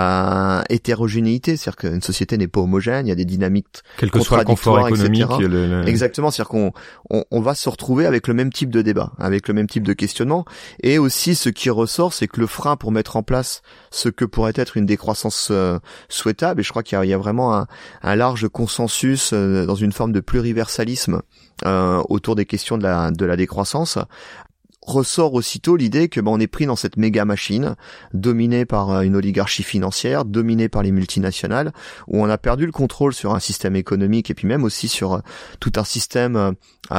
hétérogénéités, c'est-à-dire qu'une société n'est pas homogène, il y a des dynamiques quel que soit le confort économique, exactement, c'est-à-dire qu'on va se retrouver avec le même type de débat, avec le même type de questionnement, et aussi ce qui ressort, c'est que le frein pour mettre en place ce que pourrait être une décroissance souhaitable, et je crois qu'il y a vraiment un large consensus dans une forme de pluriversalisme autour des questions de la décroissance, ressort aussitôt l'idée que on est pris dans cette méga machine dominée par une oligarchie financière, dominée par les multinationales, où on a perdu le contrôle sur un système économique et puis même aussi sur tout un système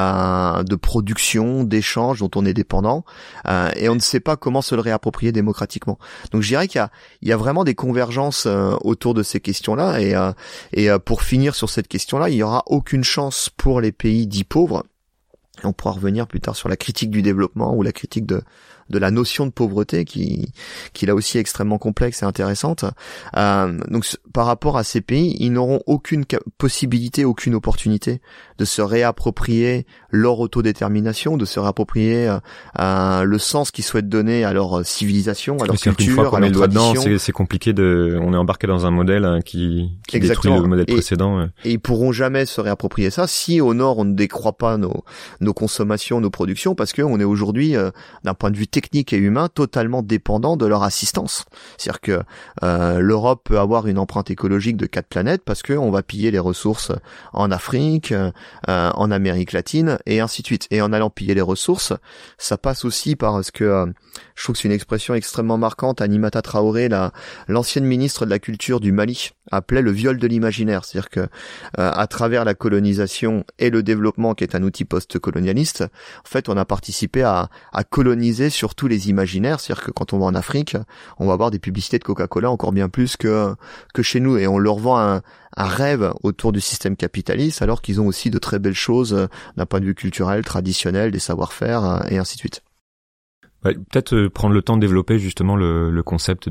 de production, d'échange dont on est dépendant, et on ne sait pas comment se le réapproprier démocratiquement. Donc je dirais qu'il y a vraiment des convergences autour de ces questions-là, et pour finir sur cette question-là, il n'y aura aucune chance pour les pays dits pauvres. Et on pourra revenir plus tard sur la critique du développement ou la critique de la notion de pauvreté qui là aussi est extrêmement complexe et intéressante. Donc par rapport à ces pays, ils n'auront aucune possibilité, aucune opportunité de se réapproprier leur autodétermination, de se réapproprier le sens qu'ils souhaitent donner à leur civilisation, à leur culture, à leur tradition. C'est compliqué on est embarqué dans un modèle qui détruit le modèle précédent. Et ils pourront jamais se réapproprier ça si au nord on ne décroît pas nos consommations, nos productions, parce que on est aujourd'hui d'un point de vue technique et humain totalement dépendant de leur assistance. C'est-à-dire que l'Europe peut avoir une empreinte écologique de 4 planètes parce que on va piller les ressources en Afrique, en Amérique latine et ainsi de suite. Et en allant piller les ressources, ça passe aussi par ce que je trouve que c'est une expression extrêmement marquante. Aminata Traoré, l'ancienne ministre de la Culture du Mali, appelait le viol de l'imaginaire. C'est-à-dire que à travers la colonisation et le développement, qui est un outil post-colonialiste, en fait, on a participé à coloniser sur tous les imaginaires. C'est-à-dire que quand on va en Afrique, on va avoir des publicités de Coca-Cola encore bien plus que chez nous, et on leur vend un rêve autour du système capitaliste, alors qu'ils ont aussi de très belles choses d'un point de vue culturel, traditionnel, des savoir-faire, et ainsi de suite. Ouais, peut-être prendre le temps de développer justement le concept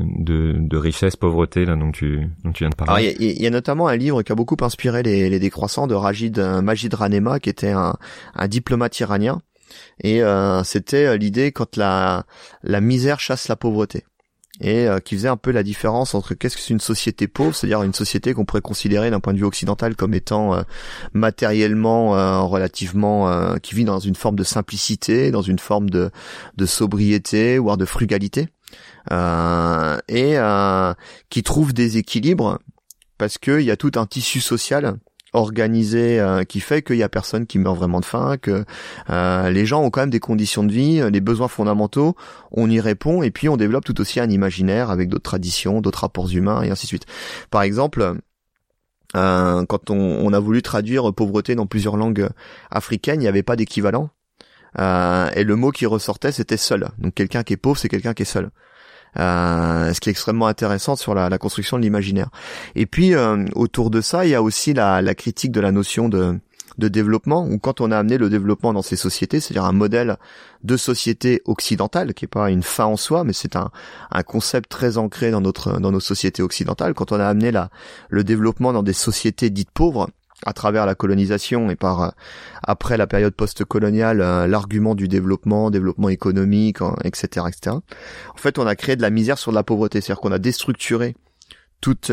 de richesse, pauvreté là dont tu viens de parler. Alors, il y a notamment un livre qui a beaucoup inspiré les décroissants de Majid Ranema, qui était un diplomate iranien, et c'était l'idée quand la misère chasse la pauvreté, et qui faisait un peu la différence entre qu'est-ce que c'est une société pauvre, c'est-à-dire une société qu'on pourrait considérer d'un point de vue occidental comme étant matériellement relativement qui vit dans une forme de simplicité, dans une forme de sobriété, voire de frugalité, et qui trouve des équilibres parce que il y a tout un tissu social organisé qui fait qu'il y a personne qui meurt vraiment de faim, que les gens ont quand même des conditions de vie, les besoins fondamentaux, on y répond, et puis on développe tout aussi un imaginaire avec d'autres traditions, d'autres rapports humains, et ainsi de suite. Par exemple, quand on a voulu traduire pauvreté dans plusieurs langues africaines, il n'y avait pas d'équivalent, et le mot qui ressortait, c'était seul. Donc quelqu'un qui est pauvre, c'est quelqu'un qui est seul. Ce qui est extrêmement intéressant sur la construction de l'imaginaire. Et puis autour de ça, il y a aussi la critique de la notion de développement, où quand on a amené le développement dans ces sociétés, c'est-à-dire un modèle de société occidentale, qui est pas une fin en soi, mais c'est un concept très ancré dans nos sociétés occidentales, quand on a amené le développement dans des sociétés dites pauvres, à travers la colonisation et après la période post-coloniale, l'argument du développement économique, etc., etc. En fait, on a créé de la misère sur de la pauvreté, c'est-à-dire qu'on a déstructuré toutes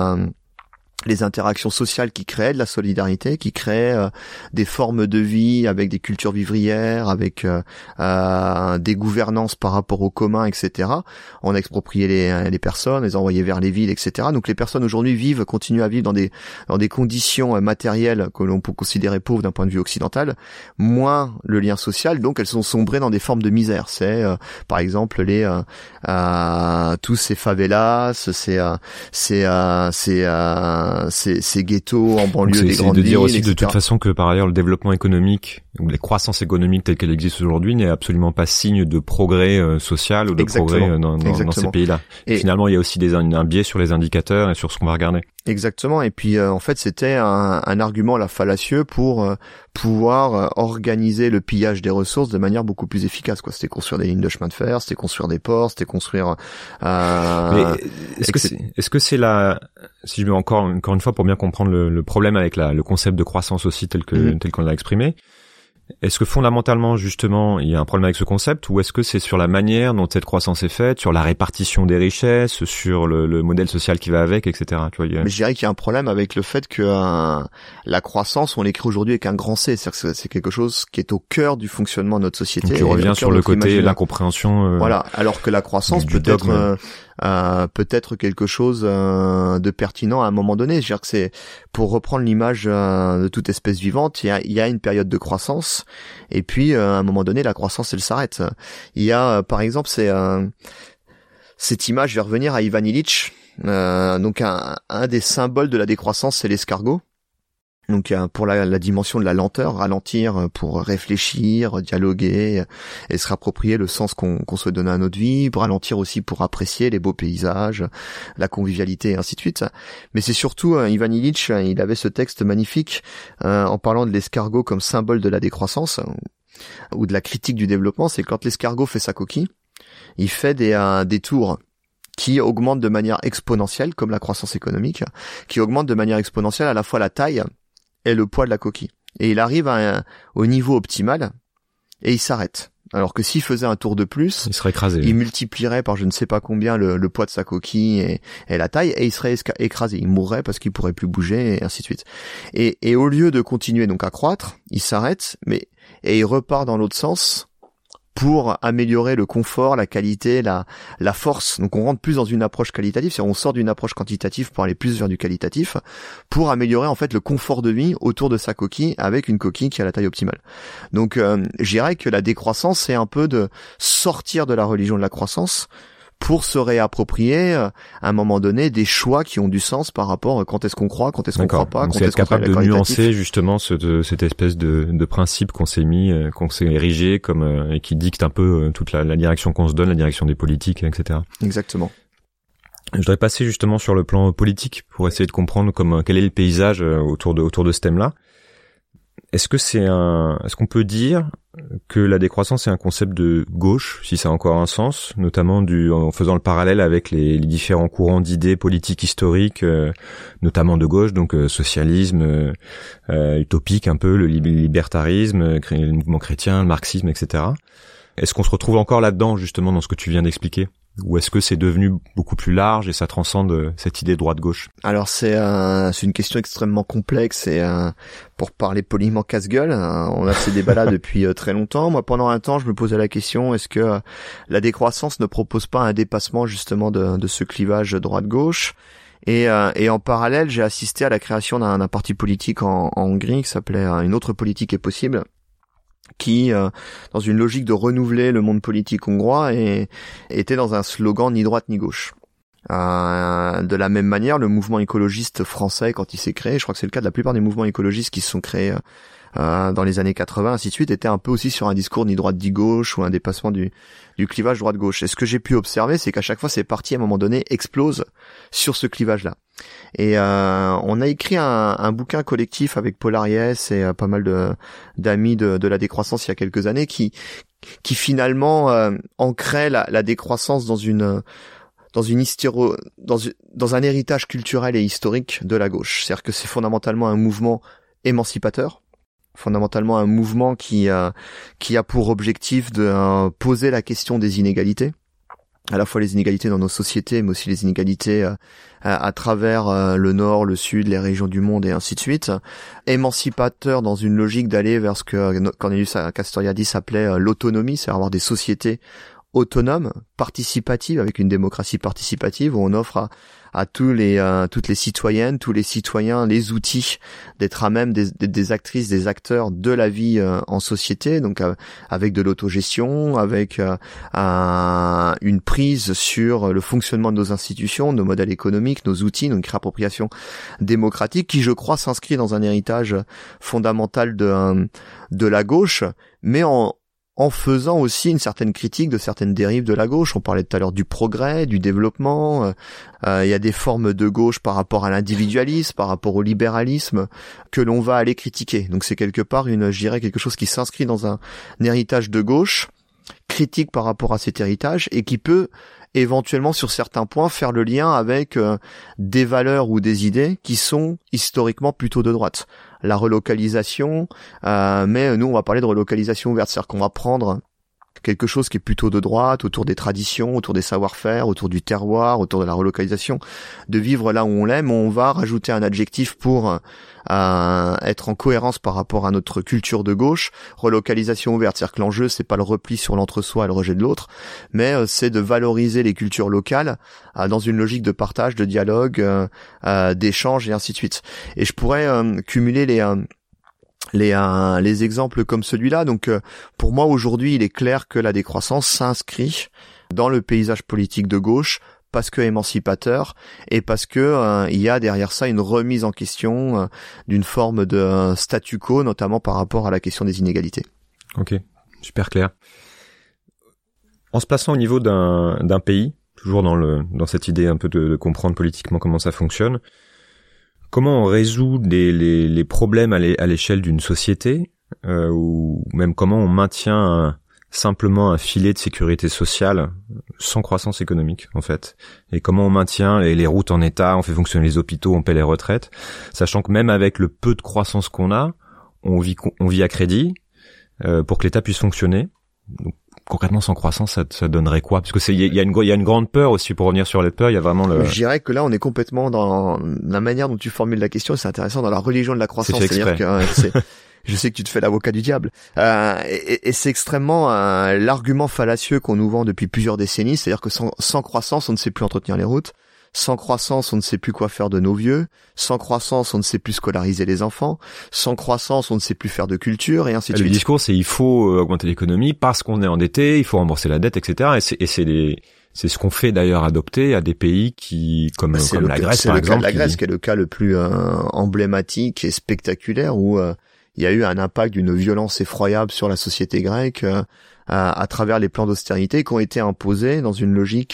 les interactions sociales qui créent de la solidarité, qui créent des formes de vie avec des cultures vivrières, avec des gouvernances par rapport au commun, etc. On a exproprié les personnes, les envoyé vers les villes, etc. Donc les personnes aujourd'hui continuent à vivre dans des conditions matérielles que l'on peut considérer pauvres d'un point de vue occidental, moins le lien social, donc elles sont sombrées dans des formes de misère. C'est par exemple tous ces favelas, ces ghettos en banlieue des grandes villes. C'est de dire villes, aussi de toute façon que par ailleurs le développement économique ou la croissance économique telle qu'elle existe aujourd'hui n'est absolument pas signe de progrès social ou de progrès dans ces pays-là. Et finalement, il y a aussi un biais sur les indicateurs et sur ce qu'on va regarder. Exactement. Et puis en fait, c'était un argument là fallacieux pour pouvoir organiser le pillage des ressources de manière beaucoup plus efficace, quoi. C'était construire des lignes de chemin de fer, c'était construire des ports, c'était construire. Mais est-ce que c'est si je mets encore une fois pour bien comprendre le problème avec le concept de croissance aussi tel qu'on l'a exprimé. Est-ce que fondamentalement, justement, il y a un problème avec ce concept, ou est-ce que c'est sur la manière dont cette croissance est faite, sur la répartition des richesses, sur le modèle social qui va avec, etc. Tu vois, Mais je dirais qu'il y a un problème avec le fait que la croissance, on l'écrit aujourd'hui avec un grand C, c'est-à-dire que c'est quelque chose qui est au cœur du fonctionnement de notre société. Donc tu reviens sur le côté l'incompréhension. Voilà, alors que la croissance peut être quelque chose de pertinent à un moment donné. Je veux dire que c'est, pour reprendre l'image de toute espèce vivante, il y a une période de croissance, et puis à un moment donné la croissance elle s'arrête. Il y a par exemple cette image, je vais revenir à Ivan Illich, donc un des symboles de la décroissance, c'est l'escargot. Donc pour la dimension de la lenteur, ralentir pour réfléchir, dialoguer et se rapproprier le sens qu'on souhaite donner à notre vie, pour ralentir aussi pour apprécier les beaux paysages, la convivialité et ainsi de suite. Mais c'est surtout Ivan Illich, il avait ce texte magnifique en parlant de l'escargot comme symbole de la décroissance ou de la critique du développement. C'est quand l'escargot fait sa coquille, il fait des tours qui augmentent de manière exponentielle, comme la croissance économique, qui augmentent de manière exponentielle à la fois la taille et le poids de la coquille. Et il arrive au niveau optimal et il s'arrête. Alors que s'il faisait un tour de plus, il serait écrasé. Il multiplierait par je ne sais pas combien le poids de sa coquille et la taille, et il serait écrasé. Il mourrait parce qu'il pourrait plus bouger et ainsi de suite. Et au lieu de continuer donc à croître, il s'arrête, et il repart dans l'autre sens pour améliorer le confort, la qualité, la force. Donc on rentre plus dans une approche qualitative, c'est-à-dire on sort d'une approche quantitative pour aller plus vers du qualitatif, pour améliorer en fait le confort de vie autour de sa coquille, avec une coquille qui a la taille optimale. Donc je dirais que la décroissance, c'est un peu de sortir de la religion de la croissance pour se réapproprier à un moment donné des choix qui ont du sens par rapport à quand est-ce qu'on croit, quand est-ce qu'on croit pas, quand est-ce qu'on capable de nuancer justement cette espèce de principe qu'on s'est érigé comme et qui dicte un peu toute la direction qu'on se donne, la direction des politiques, etc. Exactement. Je voudrais passer justement sur le plan politique pour essayer de comprendre quel est le paysage autour de ce thème-là. Est-ce qu'on peut dire que la décroissance est un concept de gauche, si ça a encore un sens, notamment en faisant le parallèle avec les différents courants d'idées politiques historiques, notamment de gauche, donc socialisme, utopique un peu, le libertarisme, le mouvement chrétien, le marxisme, etc. Est-ce qu'on se retrouve encore là-dedans, justement, dans ce que tu viens d'expliquer ? Ou est-ce que c'est devenu beaucoup plus large et ça transcende cette idée droite-gauche ? Alors c'est une question extrêmement complexe et pour parler poliment casse-gueule, on a ces débats-là depuis très longtemps. Moi, pendant un temps, je me posais la question, est-ce que la décroissance ne propose pas un dépassement justement de ce clivage droite-gauche ? Et en parallèle, j'ai assisté à la création d'un parti politique en Hongrie qui s'appelait Une autre politique est possible, qui, dans une logique de renouveler le monde politique hongrois, était dans un slogan ni droite ni gauche. De la même manière, le mouvement écologiste français, quand il s'est créé, je crois que c'est le cas de la plupart des mouvements écologistes qui se sont créés dans les années 80, ainsi de suite, était un peu aussi sur un discours ni droite ni gauche ou un dépassement du clivage droite-gauche. Et ce que j'ai pu observer, c'est qu'à chaque fois, ces partis, à un moment donné, explosent sur ce clivage-là. Et on a écrit un bouquin collectif avec Paul Ariès et pas mal d'amis de la décroissance il y a quelques années qui finalement ancrait la décroissance dans un héritage culturel et historique de la gauche. C'est-à-dire que c'est fondamentalement un mouvement émancipateur, fondamentalement un mouvement qui a pour objectif de poser la question des inégalités, à la fois les inégalités dans nos sociétés, mais aussi les inégalités à travers le nord, le sud, les régions du monde et ainsi de suite. Émancipateur dans une logique d'aller vers ce que Cornelius Castoriadis appelait l'autonomie, c'est avoir des sociétés autonomes, participatives, avec une démocratie participative où on offre toutes les citoyennes, tous les citoyens, les outils d'être à même des actrices, des acteurs de la vie en société, donc avec de l'autogestion, avec une prise sur le fonctionnement de nos institutions, nos modèles économiques, nos outils, donc une réappropriation démocratique qui, je crois, s'inscrit dans un héritage fondamental de la gauche, mais en faisant aussi une certaine critique de certaines dérives de la gauche. On parlait tout à l'heure du progrès, du développement. Il y a des formes de gauche par rapport à l'individualisme, par rapport au libéralisme, que l'on va aller critiquer. Donc c'est quelque part je dirais quelque chose qui s'inscrit dans un héritage de gauche, critique par rapport à cet héritage, et qui peut éventuellement sur certains points faire le lien avec des valeurs ou des idées qui sont historiquement plutôt de droite. La relocalisation, mais nous on va parler de relocalisation ouverte, c'est-à-dire qu'on va prendre quelque chose qui est plutôt de droite, autour des traditions, autour des savoir-faire, autour du terroir, autour de la relocalisation, de vivre là où on l'aime, on va rajouter un adjectif pour être en cohérence par rapport à notre culture de gauche. Relocalisation ouverte, c'est-à-dire que l'enjeu c'est pas le repli sur l'entre-soi et le rejet de l'autre, mais c'est de valoriser les cultures locales dans une logique de partage, de dialogue, d'échange et ainsi de suite. Et je pourrais cumuler les exemples comme celui-là. Donc pour moi aujourd'hui il est clair que la décroissance s'inscrit dans le paysage politique de gauche parce que émancipateur et parce que il y a derrière ça une remise en question d'une forme de statu quo, notamment par rapport à la question des inégalités. Ok, super clair. En se plaçant au niveau d'un pays, toujours dans cette idée un peu de comprendre politiquement comment ça fonctionne, comment on résout les problèmes à l'échelle d'une société, ou même comment on maintient simplement un filet de sécurité sociale sans croissance économique, en fait. Et comment on maintient les routes en état, on fait fonctionner les hôpitaux, on paie les retraites, sachant que même avec le peu de croissance qu'on a, on vit à crédit, pour que l'État puisse fonctionner. Donc, concrètement, sans croissance, ça donnerait quoi? Parce que il y a une grande peur aussi, pour revenir sur la peur, il y a vraiment Je dirais que là, on est complètement dans la manière dont tu formules la question, c'est intéressant, dans la religion de la croissance. C'est-à-dire que je sais que tu te fais l'avocat du diable. Et c'est extrêmement l'argument fallacieux qu'on nous vend depuis plusieurs décennies, c'est-à-dire que sans croissance, on ne sait plus entretenir les routes. Sans croissance, on ne sait plus quoi faire de nos vieux. Sans croissance, on ne sait plus scolariser les enfants. Sans croissance, on ne sait plus faire de culture, et ainsi de suite. Le discours, c'est il faut augmenter l'économie parce qu'on est endetté, il faut rembourser la dette, etc. C'est ce qu'on fait d'ailleurs adopter à des pays comme la Grèce, par exemple. C'est le cas de la Grèce, qui est le cas le plus emblématique et spectaculaire, où il y a eu un impact d'une violence effroyable sur la société grecque, à travers les plans d'austérité qui ont été imposés dans une logique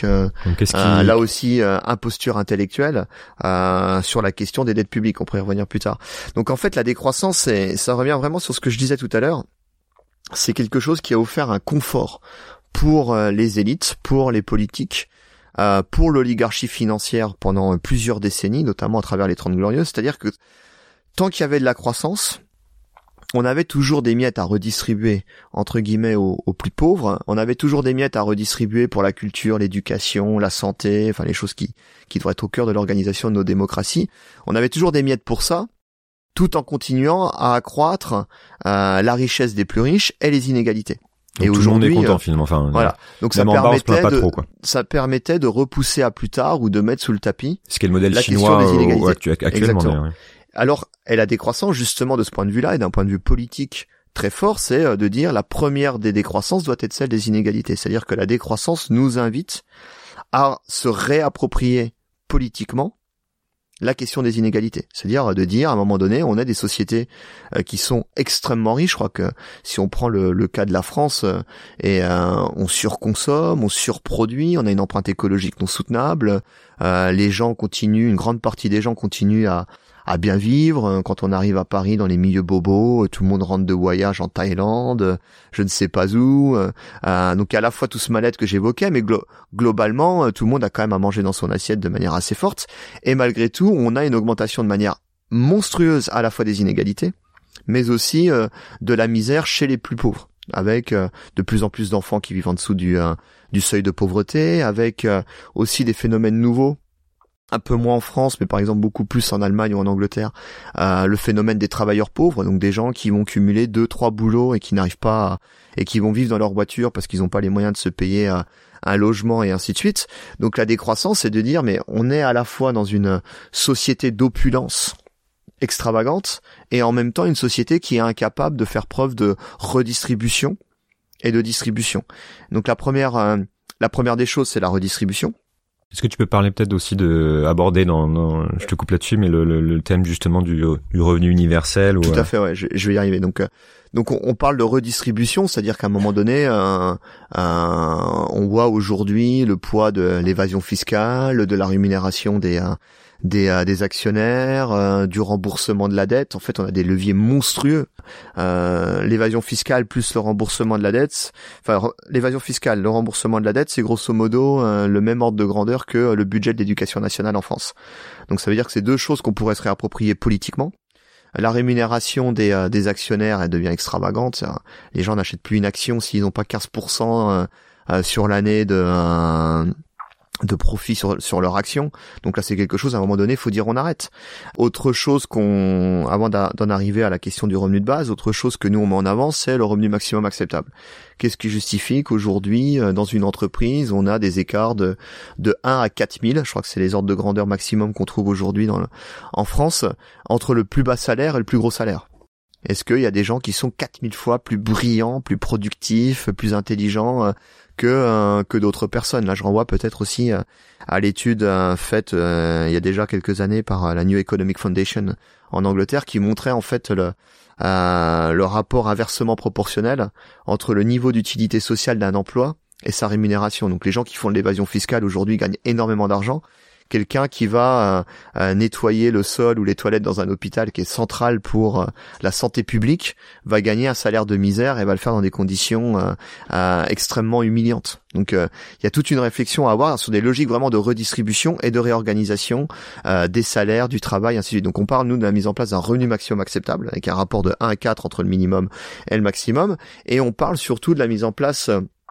là aussi imposture intellectuelle sur la question des dettes publiques. On pourrait y revenir plus tard. Donc en fait la décroissance, ça revient vraiment sur ce que je disais tout à l'heure, c'est quelque chose qui a offert un confort pour les élites, pour les politiques, pour l'oligarchie financière pendant plusieurs décennies, notamment à travers les 30 Glorieuses. C'est-à-dire que tant qu'il y avait de la croissance, on avait toujours des miettes à redistribuer, entre guillemets, aux plus pauvres. On avait toujours des miettes à redistribuer pour la culture, l'éducation, la santé, enfin les choses qui devraient être au cœur de l'organisation de nos démocraties. On avait toujours des miettes pour ça, tout en continuant à accroître la richesse des plus riches et les inégalités. Donc et tout aujourd'hui, le monde est content finalement. Enfin, voilà. Donc ça permettait de repousser à plus tard ou de mettre sous le tapis. Ce qui est le modèle chinois actuellement. Alors, et la décroissance, justement, de ce point de vue-là, et d'un point de vue politique très fort, c'est de dire la première des décroissances doit être celle des inégalités. C'est-à-dire que la décroissance nous invite à se réapproprier politiquement la question des inégalités. C'est-à-dire de dire, à un moment donné, on a des sociétés qui sont extrêmement riches. Je crois que si on prend le cas de la France, on surconsomme, on surproduit, on a une empreinte écologique non soutenable, les gens continuent, une grande partie des gens continuent à bien vivre. Quand on arrive à Paris dans les milieux bobos, tout le monde rentre de voyage en Thaïlande, je ne sais pas où. Donc à la fois tout ce mal-être que j'évoquais, mais globalement, tout le monde a quand même à manger dans son assiette de manière assez forte. Et malgré tout, on a une augmentation de manière monstrueuse à la fois des inégalités, mais aussi de la misère chez les plus pauvres, avec de plus en plus d'enfants qui vivent en dessous du seuil de pauvreté, avec aussi des phénomènes nouveaux, un peu moins en France, mais par exemple beaucoup plus en Allemagne ou en Angleterre, le phénomène des travailleurs pauvres, donc des gens qui vont cumuler 2-3 boulots et qui n'arrivent pas et qui vont vivre dans leur voiture parce qu'ils n'ont pas les moyens de se payer un logement et ainsi de suite. Donc la décroissance, c'est de dire mais on est à la fois dans une société d'opulence extravagante et en même temps une société qui est incapable de faire preuve de redistribution et de distribution. Donc la première des choses, c'est la redistribution. Est-ce que tu peux parler peut-être aussi aborder je te coupe là-dessus, mais le thème justement du revenu universel? Tout à fait, ouais, je vais y arriver. Donc on parle de redistribution, c'est-à-dire qu'à un moment donné, on voit aujourd'hui le poids de l'évasion fiscale, de la rémunération des actionnaires, du remboursement de la dette. En fait, on a des leviers monstrueux. L'évasion fiscale plus le remboursement de la dette. Enfin, l'évasion fiscale, le remboursement de la dette, c'est grosso modo le même ordre de grandeur que le budget de l'éducation nationale en France. Donc ça veut dire que c'est deux choses qu'on pourrait se réapproprier politiquement. La rémunération des actionnaires, elle devient extravagante. Les gens n'achètent plus une action s'ils n'ont pas 15% sur l'année de profit sur leur action. Donc là, c'est quelque chose, à un moment donné, il faut dire on arrête. Autre chose avant d'en arriver à la question du revenu de base, autre chose que nous on met en avant, c'est le revenu maximum acceptable. Qu'est-ce qui justifie qu'aujourd'hui, dans une entreprise, on a des écarts de 1 à 4 000, je crois que c'est les ordres de grandeur maximum qu'on trouve aujourd'hui en France, entre le plus bas salaire et le plus gros salaire? Est-ce qu'il y a des gens qui sont 4000 fois plus brillants, plus productifs, plus intelligents que d'autres personnes? Là, je renvoie peut-être aussi à l'étude faite il y a déjà quelques années par la New Economic Foundation en Angleterre, qui montrait en fait le rapport inversement proportionnel entre le niveau d'utilité sociale d'un emploi et sa rémunération. Donc les gens qui font de l'évasion fiscale aujourd'hui gagnent énormément d'argent. Quelqu'un qui va nettoyer le sol ou les toilettes dans un hôpital qui est central pour la santé publique va gagner un salaire de misère et va le faire dans des conditions extrêmement humiliantes. Donc il y a toute une réflexion à avoir sur des logiques vraiment de redistribution et de réorganisation des salaires, du travail, ainsi de suite. Donc on parle, nous, de la mise en place d'un revenu maximum acceptable avec un rapport de 1 à 4 entre le minimum et le maximum, et on parle surtout de la mise en place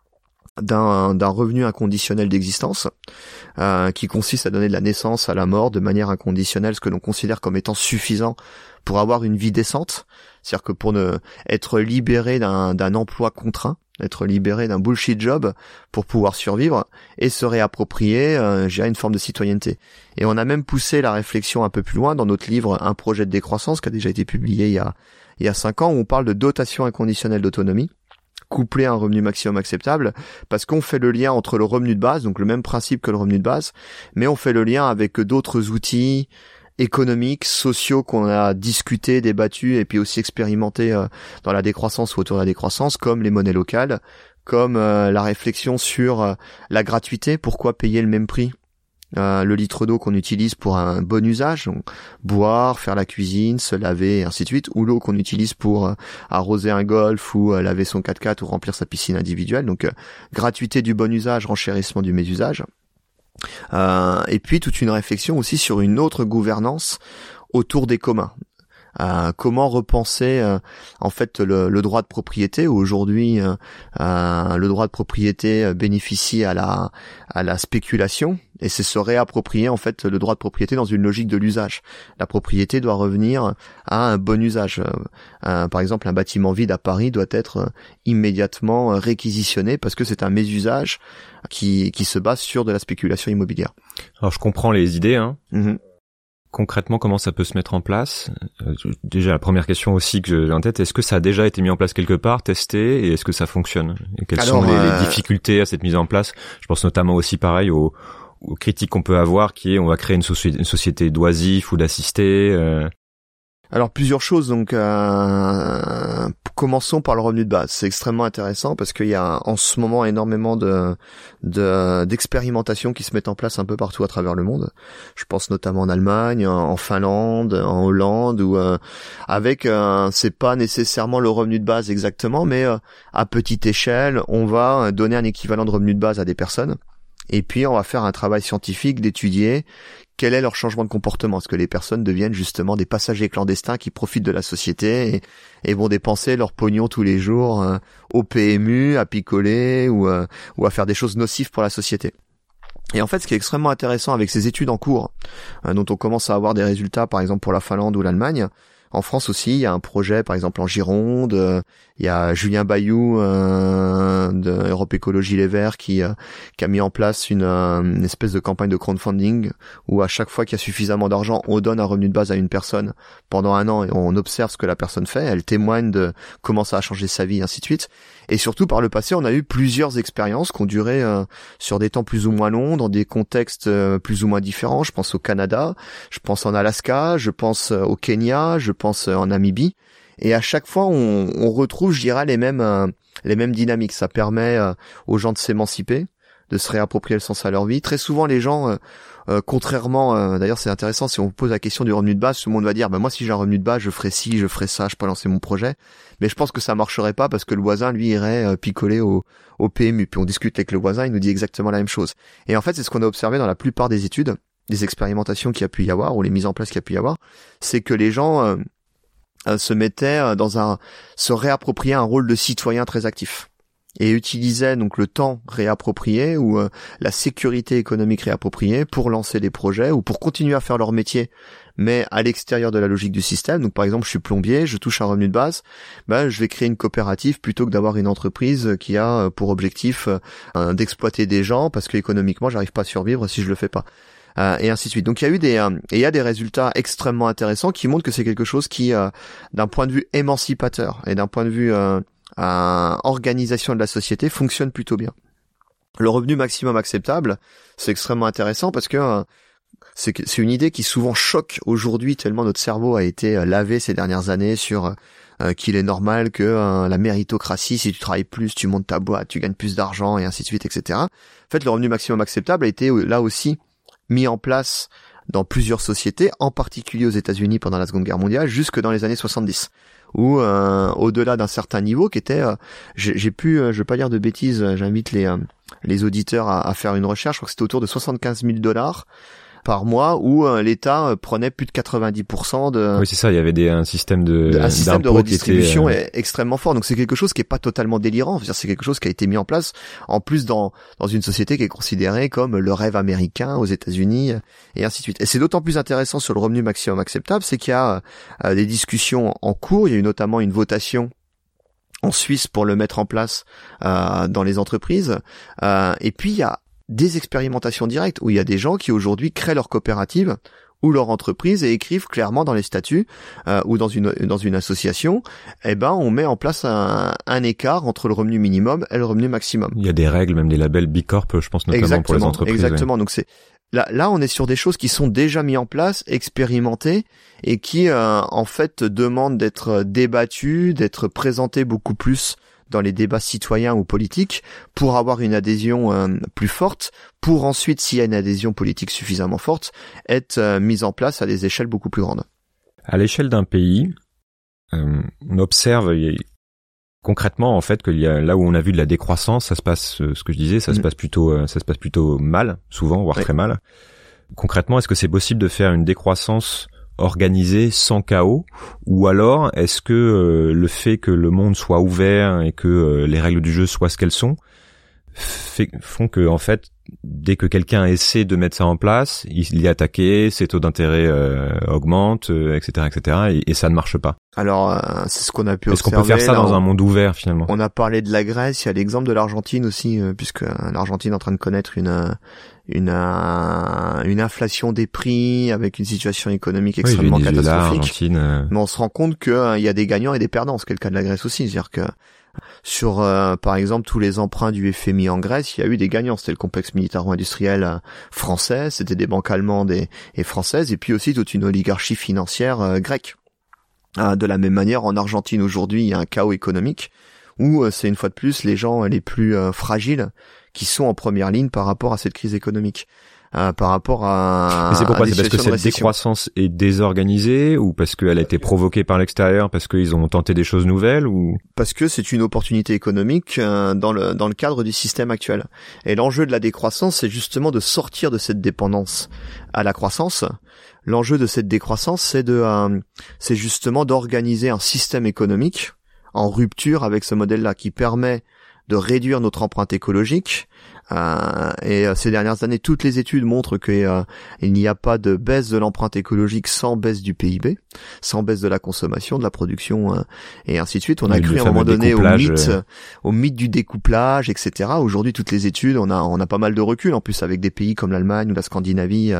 d'un revenu inconditionnel d'existence qui consiste à donner de la naissance à la mort de manière inconditionnelle, ce que l'on considère comme étant suffisant pour avoir une vie décente. C'est-à-dire que pour être libéré d'un emploi contraint, être libéré d'un bullshit job pour pouvoir survivre et se réapproprier une forme de citoyenneté. Et on a même poussé la réflexion un peu plus loin dans notre livre Un projet de décroissance, qui a déjà été publié il y a 5 ans, où on parle de dotation inconditionnelle d'autonomie couplé à un revenu maximum acceptable, parce qu'on fait le lien entre le revenu de base, donc le même principe que le revenu de base, mais on fait le lien avec d'autres outils économiques, sociaux qu'on a discutés, débattus et puis aussi expérimentés dans la décroissance ou autour de la décroissance, comme les monnaies locales, comme la réflexion sur la gratuité. Pourquoi payer le même prix le litre d'eau qu'on utilise pour un bon usage, donc boire, faire la cuisine, se laver et ainsi de suite, ou l'eau qu'on utilise pour arroser un golf ou laver son 4x4 ou remplir sa piscine individuelle. Donc gratuité du bon usage, renchérissement du mésusage. Et puis toute une réflexion aussi sur une autre gouvernance autour des communs. Comment repenser en fait le droit de propriété, où aujourd'hui le droit de propriété bénéficie à la spéculation, et c'est se réapproprier en fait le droit de propriété dans une logique de l'usage. La propriété doit revenir à un bon usage. Par exemple, un bâtiment vide à Paris doit être immédiatement réquisitionné parce que c'est un mésusage qui se base sur de la spéculation immobilière. Alors je comprends les idées, hein. Mm-hmm. Concrètement, comment ça peut se mettre en place? Déjà, la première question aussi que j'ai en tête, est-ce que ça a déjà été mis en place quelque part, testé, et est-ce que ça fonctionne? Et quelles sont les difficultés à cette mise en place? Je pense notamment aussi, pareil, aux critiques qu'on peut avoir, qui est on va créer une société d'oisifs ou d'assistés. Alors plusieurs choses, donc commençons par le revenu de base. C'est extrêmement intéressant parce qu'il y a en ce moment énormément d'expérimentations qui se mettent en place un peu partout à travers le monde. Je pense notamment en Allemagne, en Finlande, en Hollande, où avec c'est pas nécessairement le revenu de base exactement, mais à petite échelle, on va donner un équivalent de revenu de base à des personnes. Et puis on va faire un travail scientifique d'étudier quel est leur changement de comportement. Est-ce que les personnes deviennent justement des passagers clandestins qui profitent de la société et vont dépenser leur pognon tous les jours au PMU, à picoler ou à faire des choses nocives pour la société. Et en fait, ce qui est extrêmement intéressant avec ces études en cours, dont on commence à avoir des résultats, par exemple pour la Finlande ou l'Allemagne, En France aussi, il y a un projet, par exemple en Gironde, il y a Julien Bayou de Europe Écologie Les Verts qui a mis en place une espèce de campagne de crowdfunding où à chaque fois qu'il y a suffisamment d'argent, on donne un revenu de base à une personne pendant 1 an et on observe ce que la personne fait, elle témoigne de comment ça a changé sa vie, ainsi de suite. Et surtout, par le passé, on a eu plusieurs expériences qui ont duré sur des temps plus ou moins longs, dans des contextes plus ou moins différents. Je pense au Canada, je pense en Alaska, je pense au Kenya, je pense en Namibie. Et à chaque fois, on retrouve, je dirais, les mêmes dynamiques. Ça permet aux gens de s'émanciper, de se réapproprier le sens à leur vie. Très souvent, les gens, contrairement, d'ailleurs c'est intéressant, si on vous pose la question du revenu de base, tout le monde va dire, moi si j'ai un revenu de base, je ferai ci, je ferai ça, je peux lancer mon projet. Mais je pense que ça marcherait pas parce que le voisin, lui, irait picoler au PMU. Puis on discute avec le voisin, il nous dit exactement la même chose. Et en fait, c'est ce qu'on a observé dans la plupart des études, des expérimentations qu'il y a pu y avoir, ou les mises en place qu'il y a pu y avoir, c'est que les gens se mettaient se réappropriaient un rôle de citoyen très actif. Et utilisaient donc le temps réapproprié ou la sécurité économique réappropriée pour lancer des projets ou pour continuer à faire leur métier, mais à l'extérieur de la logique du système. Donc par exemple, je suis plombier, je touche un revenu de base, je vais créer une coopérative plutôt que d'avoir une entreprise qui a pour objectif d'exploiter des gens parce que économiquement, j'arrive pas à survivre si je le fais pas. Et ainsi de suite. Donc il y a des résultats extrêmement intéressants qui montrent que c'est quelque chose qui, d'un point de vue émancipateur et d'un point de vue organisation de la société, fonctionne plutôt bien. Le revenu maximum acceptable, c'est extrêmement intéressant parce que c'est une idée qui souvent choque aujourd'hui tellement notre cerveau a été lavé ces dernières années sur qu'il est normal que la méritocratie, si tu travailles plus, tu montes ta boîte, tu gagnes plus d'argent et ainsi de suite, etc. En fait, le revenu maximum acceptable a été là aussi mis en place dans plusieurs sociétés, en particulier aux États-Unis pendant la Seconde Guerre mondiale, jusque dans les années 70. Où au-delà d'un certain niveau qui était, je vais pas dire de bêtises, j'invite les auditeurs à faire une recherche, je crois que c'était autour de $75,000 par mois où l'État prenait plus de 90% de... Oui, c'est ça, il y avait un système de redistribution qui était extrêmement fort. Donc c'est quelque chose qui est pas totalement délirant, c'est quelque chose qui a été mis en place en plus dans une société qui est considérée comme le rêve américain aux États-Unis et ainsi de suite. Et c'est d'autant plus intéressant sur le revenu maximum acceptable, c'est qu'il y a des discussions en cours, il y a eu notamment une votation en Suisse pour le mettre en place dans les entreprises et puis il y a des expérimentations directes où il y a des gens qui aujourd'hui créent leur coopérative ou leur entreprise et écrivent clairement dans les statuts ou dans une association, on met en place un écart entre le revenu minimum et le revenu maximum. Il y a des règles, même des labels B Corp, je pense notamment pour les entreprises. Exactement. Ouais. Donc c'est là on est sur des choses qui sont déjà mises en place, expérimentées et qui en fait demandent d'être débattues, d'être présentées beaucoup plus dans les débats citoyens ou politiques pour avoir une adhésion plus forte, pour ensuite, s'il y a une adhésion politique suffisamment forte, être mise en place à des échelles beaucoup plus grandes. À l'échelle d'un pays, on observe concrètement en fait qu'il y a là où on a vu de la décroissance, ça se passe, ce que je disais, ça se passe plutôt mal, souvent, voire très mal. Concrètement, est-ce que c'est possible de faire une décroissance organisé sans chaos, ou alors est-ce que le fait que le monde soit ouvert et que les règles du jeu soient ce qu'elles sont font que en fait dès que quelqu'un essaie de mettre ça en place, il est attaqué, ses taux d'intérêt augmentent, etc., et ça ne marche pas. Alors c'est ce qu'on a pu observer. Est-ce qu'on peut faire ça dans un monde ouvert finalement? On a parlé de la Grèce, il y a l'exemple de l'Argentine aussi, puisque l'Argentine est en train de connaître une inflation des prix avec une situation économique extrêmement catastrophique. Mais on se rend compte que il y a des gagnants et des perdants, c'est le cas de la Grèce aussi, c'est-à-dire que sur par exemple tous les emprunts du FMI en Grèce, il y a eu des gagnants, c'était le complexe militaro-industriel français, c'était des banques allemandes et françaises, et puis aussi toute une oligarchie financière grecque. De la même manière, en Argentine aujourd'hui, il y a un chaos économique où c'est une fois de plus les gens les plus fragiles qui sont en première ligne par rapport à cette crise économique. Par rapport à... Mais c'est pourquoi? C'est parce que cette décroissance est désorganisée, ou parce qu'elle a été provoquée par l'extérieur, parce qu'ils ont tenté des choses nouvelles, ou... Parce que c'est une opportunité économique dans le cadre du système actuel. Et l'enjeu de la décroissance, c'est justement de sortir de cette dépendance à la croissance. L'enjeu de cette décroissance, c'est justement d'organiser un système économique en rupture avec ce modèle-là qui permet de réduire notre empreinte écologique, Et ces dernières années, toutes les études montrent que il n'y a pas de baisse de l'empreinte écologique sans baisse du PIB, sans baisse de la consommation, de la production, et ainsi de suite. On a cru à un moment donné au mythe du découplage, etc. Aujourd'hui, toutes les études, on a pas mal de recul, en plus avec des pays comme l'Allemagne ou la Scandinavie,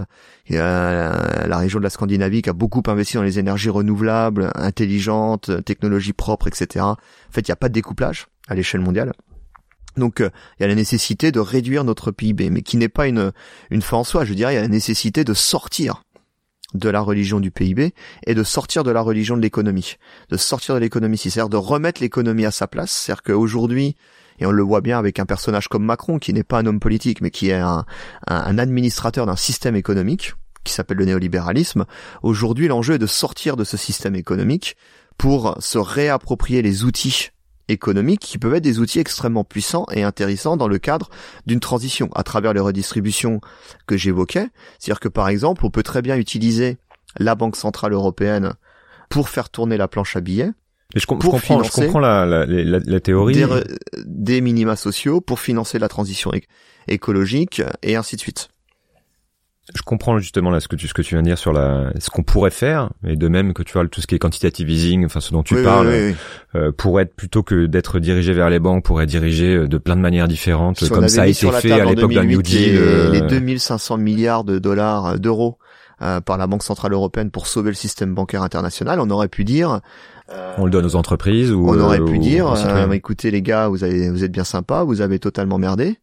la région de la Scandinavie qui a beaucoup investi dans les énergies renouvelables, intelligentes, technologies propres, etc. En fait, il n'y a pas de découplage à l'échelle mondiale. Donc il y a la nécessité de réduire notre PIB, mais qui n'est pas une fin en soi. Je dirais, il y a la nécessité de sortir de la religion du PIB et de sortir de la religion de l'économie. De sortir de l'économie, c'est-à-dire de remettre l'économie à sa place. C'est-à-dire qu'aujourd'hui, et on le voit bien avec un personnage comme Macron, qui n'est pas un homme politique, mais qui est un administrateur d'un système économique, qui s'appelle le néolibéralisme. Aujourd'hui, l'enjeu est de sortir de ce système économique pour se réapproprier les outils économiques qui peuvent être des outils extrêmement puissants et intéressants dans le cadre d'une transition à travers les redistributions que j'évoquais. C'est-à-dire que par exemple, on peut très bien utiliser la Banque Centrale Européenne pour faire tourner la planche à billets. Et je comprends la théorie. Des minima sociaux pour financer la transition écologique et ainsi de suite. Je comprends justement là ce que tu viens de dire sur ce qu'on pourrait faire, et de même que tu vois tout ce qui est quantitative easing, enfin ce dont tu parles, pourrait être, plutôt que d'être dirigé vers les banques, pourrait diriger de plein de manières différentes, si comme ça a été fait à l'époque d'un New Deal. Les 2500 milliards d'euros par la Banque Centrale Européenne pour sauver le système bancaire international, on aurait pu dire on le donne aux entreprises, ou on aurait pu dire écoutez les gars, vous êtes bien sympas, vous avez totalement merdé.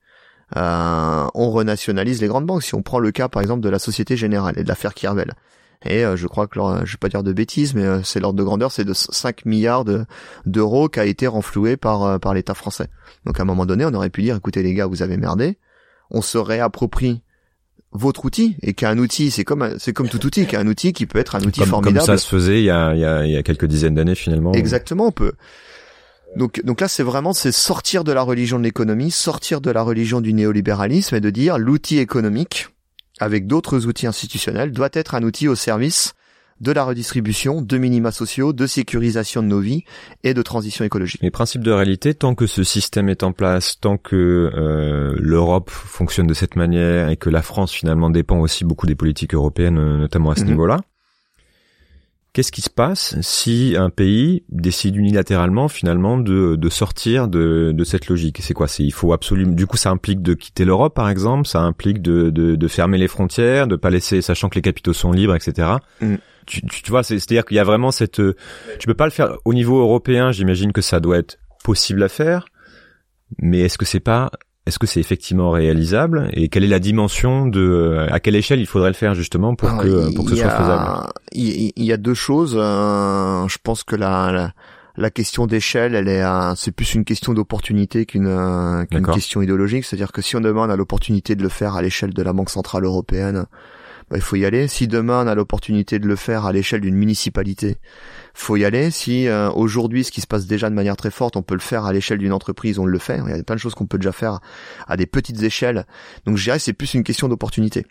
On renationalise les grandes banques. Si on prend le cas par exemple de la Société Générale et de l'affaire Kirvel, et je crois que je vais pas dire de bêtises, mais c'est l'ordre de grandeur, c'est de 5 milliards d'euros qui a été renfloué par l'État français. Donc à un moment donné, on aurait pu dire écoutez les gars, vous avez merdé, on se réapproprie votre outil, et qu'un outil, c'est comme tout outil, qu'un outil qui peut être un outil formidable. Comme ça se faisait il y a quelques dizaines d'années finalement. Exactement, on peut. Donc là, c'est sortir de la religion de l'économie, sortir de la religion du néolibéralisme, et de dire l'outil économique, avec d'autres outils institutionnels, doit être un outil au service de la redistribution, de minima sociaux, de sécurisation de nos vies et de transition écologique. Mais principe de réalité, tant que ce système est en place, tant que l'Europe fonctionne de cette manière, et que la France finalement dépend aussi beaucoup des politiques européennes, notamment à ce niveau-là, qu'est-ce qui se passe si un pays décide unilatéralement finalement de sortir de cette logique? C'est quoi? Il faut absolument, du coup ça implique de quitter l'Europe par exemple, ça implique de fermer les frontières, de pas laisser, sachant que les capitaux sont libres, etc. Tu vois, c'est-à-dire qu'il y a vraiment tu peux pas le faire au niveau européen, j'imagine que ça doit être possible à faire, mais est-ce que c'est effectivement réalisable, et quelle est la dimension à quelle échelle il faudrait le faire justement pour que ce soit faisable? Il y a deux choses. Je pense que la question d'échelle, c'est plus une question d'opportunité qu'une question idéologique. C'est-à-dire que si on demande à l'opportunité de le faire à l'échelle de la Banque Centrale Européenne, il faut y aller. Si demain on a l'opportunité de le faire à l'échelle d'une municipalité, faut y aller. Si aujourd'hui, ce qui se passe déjà de manière très forte, on peut le faire à l'échelle d'une entreprise, on le fait. Il y a plein de choses qu'on peut déjà faire à des petites échelles. Donc je dirais que c'est plus une question d'opportunité.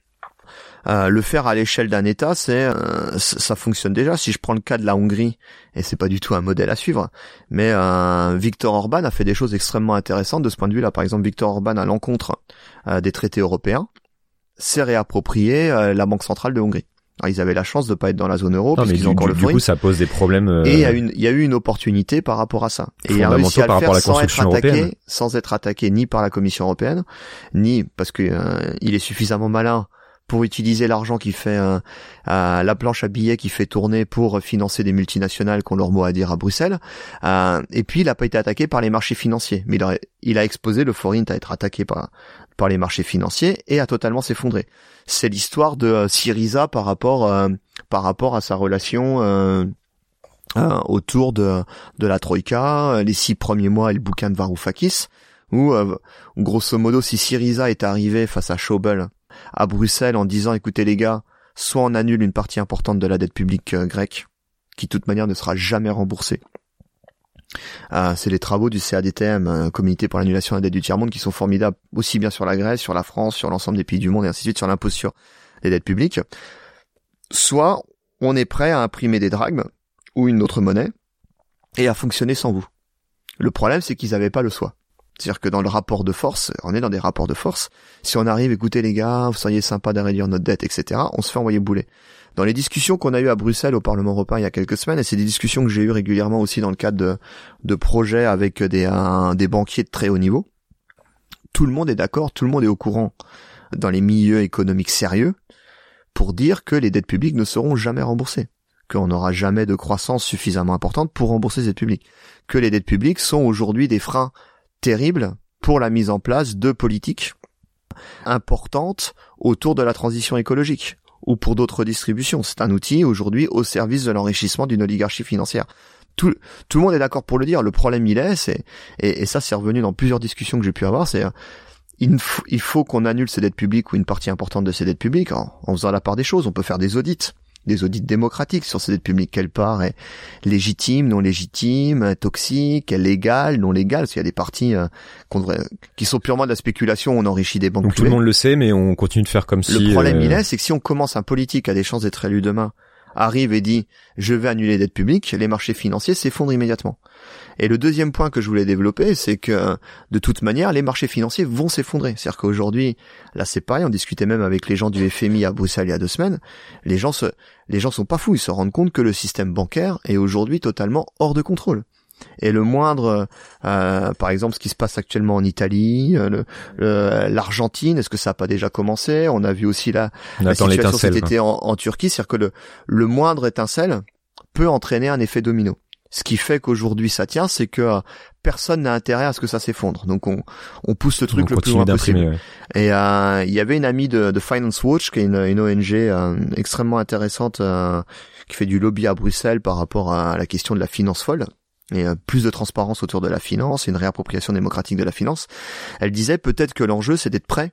Le faire à l'échelle d'un État, ça fonctionne déjà. Si je prends le cas de la Hongrie, et c'est pas du tout un modèle à suivre, mais Viktor Orban a fait des choses extrêmement intéressantes de ce point de vue-là. Par exemple, Viktor Orban, à l'encontre des traités européens, s'est réapproprié la Banque Centrale de Hongrie. Alors, ils avaient la chance de pas être dans la zone euro, puisqu'ils ont encore le forint. Du coup, ça pose des problèmes. Et il y a eu une opportunité par rapport à ça. Et il a réussi à le faire sans être attaqué ni par la Commission européenne, ni parce que il est suffisamment malin pour utiliser l'argent qui fait la planche à billets qui fait tourner pour financer des multinationales qui ont leur mot à dire à Bruxelles. Et puis, il a pas été attaqué par les marchés financiers, mais il a exposé le forint à être attaqué par les marchés financiers et à totalement s'effondrer. C'est l'histoire de Syriza par rapport à sa relation autour de la Troïka, les 6 premiers mois et le bouquin de Varoufakis, où grosso modo, si Syriza est arrivé face à Schäuble à Bruxelles en disant écoutez les gars, soit on annule une partie importante de la dette publique grecque, qui de toute manière ne sera jamais remboursée. C'est les travaux du CADTM, Comité pour l'annulation de la dette du tiers-monde, qui sont formidables aussi bien sur la Grèce, sur la France, sur l'ensemble des pays du monde et ainsi de suite, sur l'impôt sur les dettes publiques. Soit on est prêt à imprimer des drachmes ou une autre monnaie et à fonctionner sans vous. Le problème, c'est qu'ils n'avaient pas le choix. C'est-à-dire que dans le rapport de force, on est dans des rapports de force. Si on arrive, écoutez les gars, vous seriez sympa de réduire notre dette, etc., on se fait envoyer bouler. Dans les discussions qu'on a eues à Bruxelles au Parlement européen il y a quelques semaines, et c'est des discussions que j'ai eues régulièrement aussi dans le cadre de projets avec des banquiers de très haut niveau, tout le monde est d'accord, tout le monde est au courant dans les milieux économiques sérieux pour dire que les dettes publiques ne seront jamais remboursées, qu'on n'aura jamais de croissance suffisamment importante pour rembourser ces dettes publiques, que les dettes publiques sont aujourd'hui des freins terribles pour la mise en place de politiques importantes autour de la transition écologique ou pour d'autres distributions. C'est un outil aujourd'hui au service de l'enrichissement d'une oligarchie financière. Tout le monde est d'accord pour le dire. Le problème et ça c'est revenu dans plusieurs discussions que j'ai pu avoir, c'est il faut qu'on annule ces dettes publiques ou une partie importante de ces dettes publiques en faisant la part des choses. On peut faire des audits démocratiques sur ces dettes publiques. Quelle part est légitime, non légitime, toxique, légale, non légale, parce qu'il y a des parties qui sont purement de la spéculation, on enrichit des banques privées. Donc tout le monde le sait, mais on continue de faire comme si... Le problème, c'est que si on commence un politique à des chances d'être élu demain, arrive et dit « je vais annuler les dettes publiques », les marchés financiers s'effondrent immédiatement. Et le deuxième point que je voulais développer, c'est que de toute manière, les marchés financiers vont s'effondrer. C'est-à-dire qu'aujourd'hui, là c'est pareil, on discutait même avec les gens du FMI à Bruxelles il y a 2 semaines, les gens sont pas fous, ils se rendent compte que le système bancaire est aujourd'hui totalement hors de contrôle. Et le moindre, par exemple, ce qui se passe actuellement en Italie, l'Argentine, est-ce que ça n'a pas déjà commencé? On a vu aussi la situation cet été en Turquie, c'est-à-dire que le moindre étincelle peut entraîner un effet domino. Ce qui fait qu'aujourd'hui ça tient, c'est que personne n'a intérêt à ce que ça s'effondre. Donc on pousse le truc le plus loin possible. Ouais. Et il y avait une amie de Finance Watch, qui est une ONG extrêmement intéressante, qui fait du lobby à Bruxelles par rapport à la question de la finance folle. Et plus de transparence autour de la finance, une réappropriation démocratique de la finance. Elle disait peut-être que l'enjeu c'est d'être prêt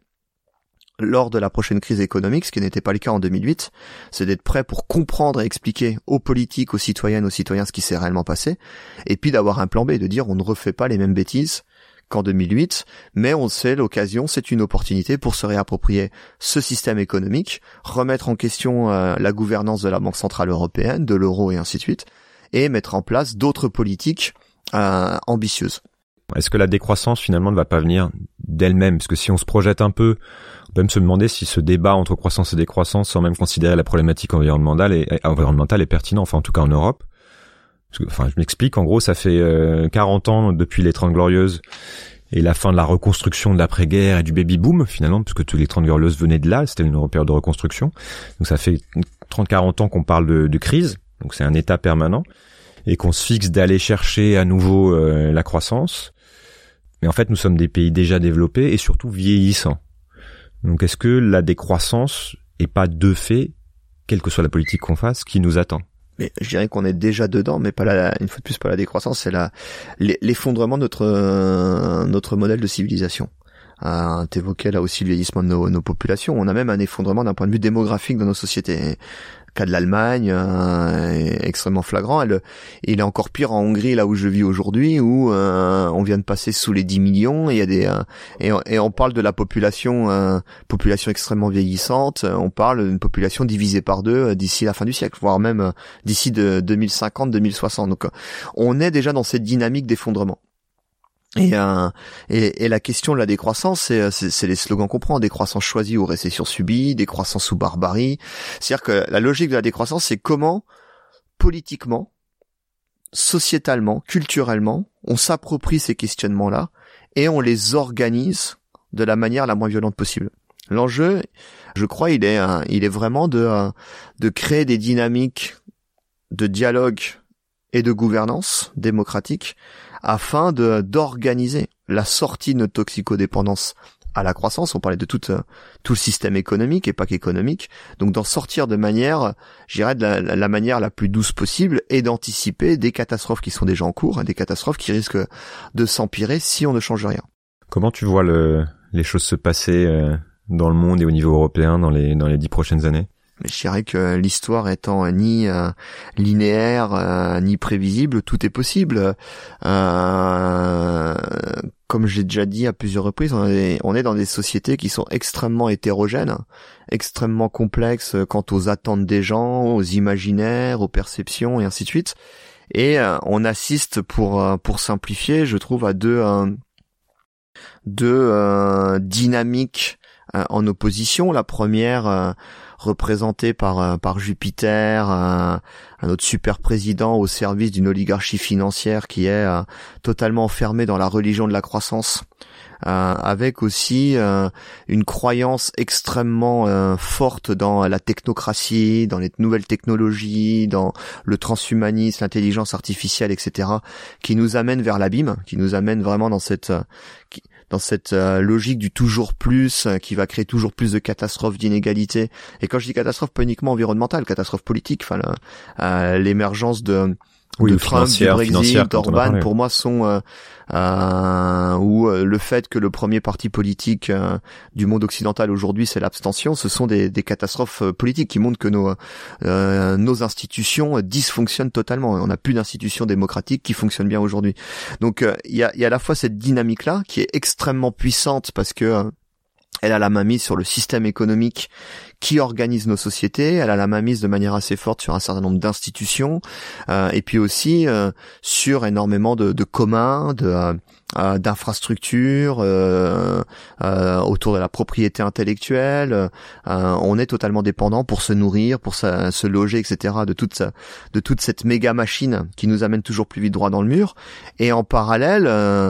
lors de la prochaine crise économique, ce qui n'était pas le cas en 2008, c'est d'être prêt pour comprendre et expliquer aux politiques, aux citoyennes, aux citoyens ce qui s'est réellement passé, et puis d'avoir un plan B, de dire on ne refait pas les mêmes bêtises qu'en 2008, mais on sait l'occasion, c'est une opportunité pour se réapproprier ce système économique, remettre en question la gouvernance de la Banque Centrale Européenne, de l'euro et ainsi de suite, et mettre en place d'autres politiques ambitieuses. Est-ce que la décroissance finalement ne va pas venir d'elle-même? Parce que si on se projette un peu, on peut même se demander si ce débat entre croissance et décroissance, sans même considérer la problématique environnementale est pertinent, enfin en tout cas en Europe. Enfin, je m'explique, en gros, ça fait 40 ans depuis les 30 Glorieuses et la fin de la reconstruction de l'après-guerre et du baby-boom, finalement, puisque tous les 30 Glorieuses venaient de là, c'était une période de reconstruction. Donc ça fait 30-40 ans qu'on parle de crise, donc c'est un état permanent, et qu'on se fixe d'aller chercher à nouveau la croissance. Mais en fait, nous sommes des pays déjà développés et surtout vieillissants. Donc est-ce que la décroissance est pas de fait, quelle que soit la politique qu'on fasse, qui nous attend? Mais je dirais qu'on est déjà dedans, mais une fois de plus pas la décroissance, c'est l'effondrement de notre modèle de civilisation. T'évoquais là aussi le vieillissement de nos populations. On a même un effondrement d'un point de vue démographique dans nos sociétés. Le cas de l'Allemagne est extrêmement flagrant. Il est encore pire en Hongrie, là où je vis aujourd'hui, où on vient de passer sous les 10 millions. Et il y a et on parle de la population extrêmement vieillissante. On parle d'une population divisée par 2 d'ici la fin du siècle, voire même d'ici de 2050-2060. Donc on est déjà dans cette dynamique d'effondrement. Et la question de la décroissance, c'est les slogans qu'on prend: décroissance choisie ou récession subie, décroissance ou barbarie. C'est-à-dire que la logique de la décroissance, c'est comment, politiquement, sociétalement, culturellement, on s'approprie ces questionnements-là et on les organise de la manière la moins violente possible. L'enjeu, je crois, il est vraiment de créer des dynamiques de dialogue et de gouvernance démocratique afin d'organiser la sortie de notre toxicodépendance à la croissance. On parlait de tout le système économique et pas qu'économique. Donc d'en sortir de manière, je dirais, de la manière la plus douce possible et d'anticiper des catastrophes qui sont déjà en cours, des catastrophes qui risquent de s'empirer si on ne change rien. Comment tu vois les choses se passer dans le monde et au niveau européen dans les 10 prochaines années? Mais je dirais que l'histoire étant ni linéaire ni prévisible, tout est possible. Comme j'ai déjà dit à plusieurs reprises, on est dans des sociétés qui sont extrêmement hétérogènes, extrêmement complexes quant aux attentes des gens, aux imaginaires, aux perceptions et ainsi de suite. Et on assiste, pour simplifier, je trouve, à deux deux dynamiques en opposition. La première représentée par Jupiter, un autre super président au service d'une oligarchie financière qui est totalement enfermée dans la religion de la croissance, avec aussi une croyance extrêmement forte dans la technocratie, dans les nouvelles technologies, dans le transhumanisme, l'intelligence artificielle, etc., qui nous amène vers l'abîme, qui nous amène vraiment dans cette logique du toujours plus, qui va créer toujours plus de catastrophes, d'inégalités. Et quand je dis catastrophe, pas uniquement environnementale, catastrophe politique, enfin l'émergence de Trump, du Brexit, d'Orban, pour moi sont ou le fait que le premier parti politique du monde occidental aujourd'hui c'est l'abstention, ce sont des catastrophes politiques qui montrent que nos institutions dysfonctionnent totalement. On n'a plus d'institutions démocratiques qui fonctionnent bien aujourd'hui. Donc il y a à la fois cette dynamique là qui est extrêmement puissante parce que elle a la mainmise sur le système économique qui organise nos sociétés, elle a la mainmise de manière assez forte sur un certain nombre d'institutions, et puis aussi sur énormément de communs, d'infrastructures autour de la propriété intellectuelle. On est totalement dépendant pour se nourrir, pour se loger, etc. de toute cette méga machine qui nous amène toujours plus vite droit dans le mur. Et en parallèle,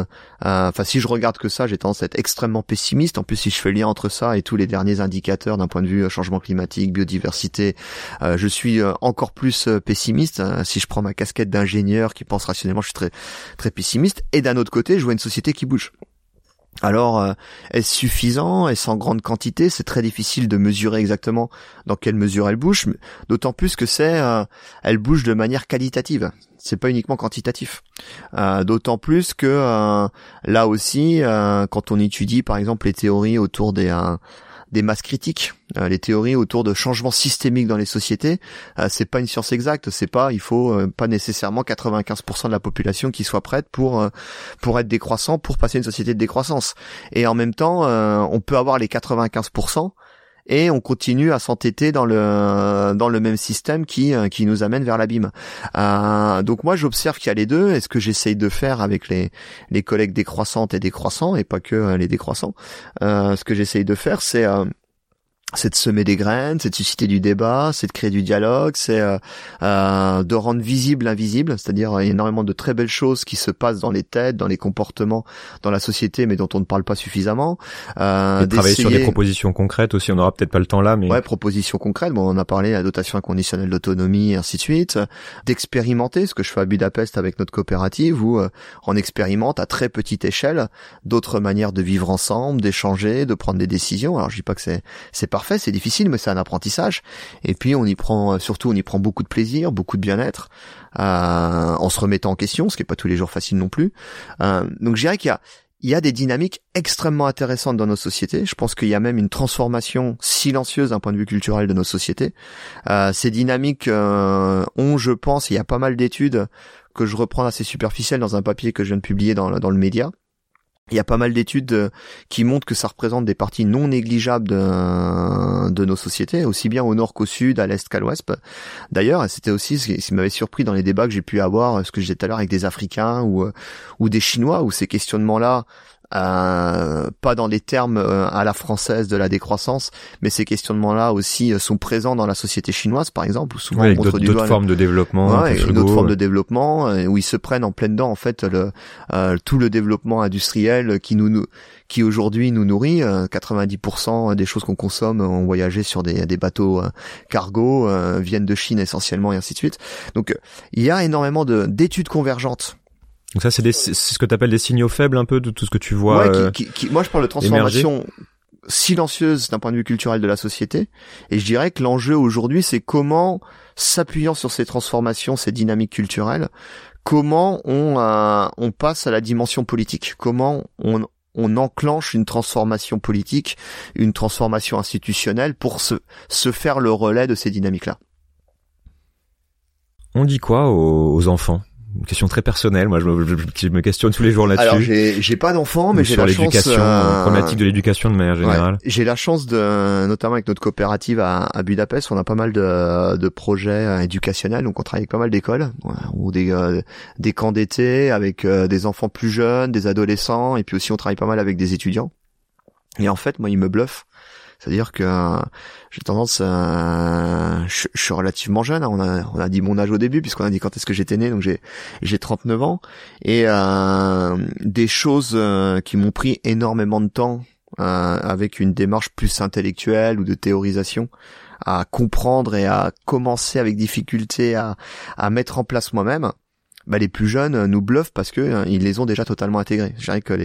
si je regarde que ça, j'ai tendance à être extrêmement pessimiste. En plus, si je fais le lien entre ça et tous les derniers indicateurs d'un point de vue changement climatique, biodiversité, je suis encore plus pessimiste. Si je prends ma casquette d'ingénieur qui pense rationnellement, je suis très très pessimiste. Et d'un autre côté, je vois une société qui bouge. Alors, est-ce suffisant? Est-ce en grande quantité? C'est très difficile de mesurer exactement dans quelle mesure elle bouge, d'autant plus que elle bouge de manière qualitative. C'est pas uniquement quantitatif. D'autant plus que là aussi, quand on étudie par exemple les théories autour des masses critiques, les théories autour de changements systémiques dans les sociétés, c'est pas une science exacte, il faut pas nécessairement 95% de la population qui soit prête pour être décroissant, pour passer à une société de décroissance. Et en même temps, on peut avoir les 95% et on continue à s'entêter dans le même système qui nous amène vers l'abîme. Donc moi j'observe qu'il y a les deux, et ce que j'essaye de faire avec les collègues décroissantes et décroissants, et pas que les décroissants, ce que j'essaye de faire c'est de semer des graines, c'est de susciter du débat, c'est de créer du dialogue, c'est de rendre visible l'invisible, c'est-à-dire il y a énormément de très belles choses qui se passent dans les têtes, dans les comportements, dans la société, mais dont on ne parle pas suffisamment. Et travailler sur des propositions concrètes aussi, on n'aura peut-être pas le temps là, mais... Ouais, propositions concrètes, bon, on a parlé de la dotation inconditionnelle d'autonomie, et ainsi de suite, d'expérimenter, ce que je fais à Budapest avec notre coopérative, où on expérimente à très petite échelle d'autres manières de vivre ensemble, d'échanger, de prendre des décisions. Alors je dis pas que c'est parfait, c'est difficile, mais c'est un apprentissage. Et puis on y prend beaucoup de plaisir, beaucoup de bien-être, en se remettant en question, ce qui est pas tous les jours facile non plus. Donc je dirais qu'il y a des dynamiques extrêmement intéressantes dans nos sociétés. Je pense qu'il y a même une transformation silencieuse d'un point de vue culturel de nos sociétés. Ces dynamiques ont, je pense, il y a pas mal d'études que je reprends assez superficielles dans un papier que je viens de publier dans le média. Il y a pas mal d'études qui montrent que ça représente des parties non négligeables de nos sociétés, aussi bien au nord qu'au sud, à l'est qu'à l'ouest. D'ailleurs, et c'était aussi ce qui m'avait surpris dans les débats que j'ai pu avoir, ce que je disais tout à l'heure, avec des Africains ou des Chinois, où ces questionnements-là, pas dans les termes à la française de la décroissance, mais ces questionnements-là aussi sont présents dans la société chinoise, par exemple, où souvent avec d'autres formes de développement, d'autres formes de développement, où ils se prennent en pleine dent en fait tout le développement industriel qui aujourd'hui nous nourrit. 90% des choses qu'on consomme ont voyagé sur des bateaux cargo, viennent de Chine essentiellement, et ainsi de suite. Donc il y a énormément d'études convergentes. Donc ça, c'est ce que tu appelles des signaux faibles un peu de tout ce que tu vois. Ouais, moi je parle de transformation silencieuse d'un point de vue culturel de la société. Et je dirais que l'enjeu aujourd'hui, c'est comment, s'appuyant sur ces transformations, ces dynamiques culturelles, comment on passe à la dimension politique. Comment on enclenche une transformation politique, une transformation institutionnelle pour se faire le relais de ces dynamiques-là. On dit quoi aux enfants Une question très personnelle. Moi, je me questionne tous les jours là-dessus. Alors, j'ai pas d'enfant, mais j'ai la chance... Sur l'éducation, problématique de l'éducation de manière générale. Ouais, j'ai la chance notamment avec notre coopérative à Budapest, on a pas mal de projets éducationnels, donc on travaille avec pas mal d'écoles, ou des camps d'été avec des enfants plus jeunes, des adolescents, et puis aussi on travaille pas mal avec des étudiants. Et en fait, moi, il me bluffe. C'est-à-dire que j'ai tendance je suis relativement jeune, hein. On a dit mon âge au début puisqu'on a dit quand est-ce que j'étais né, donc j'ai 39 ans, et des choses qui m'ont pris énormément de temps avec une démarche plus intellectuelle ou de théorisation à comprendre et à commencer avec difficulté à mettre en place moi-même. Bah, les plus jeunes nous bluffent parce que ils les ont déjà totalement intégrés. Je dirais que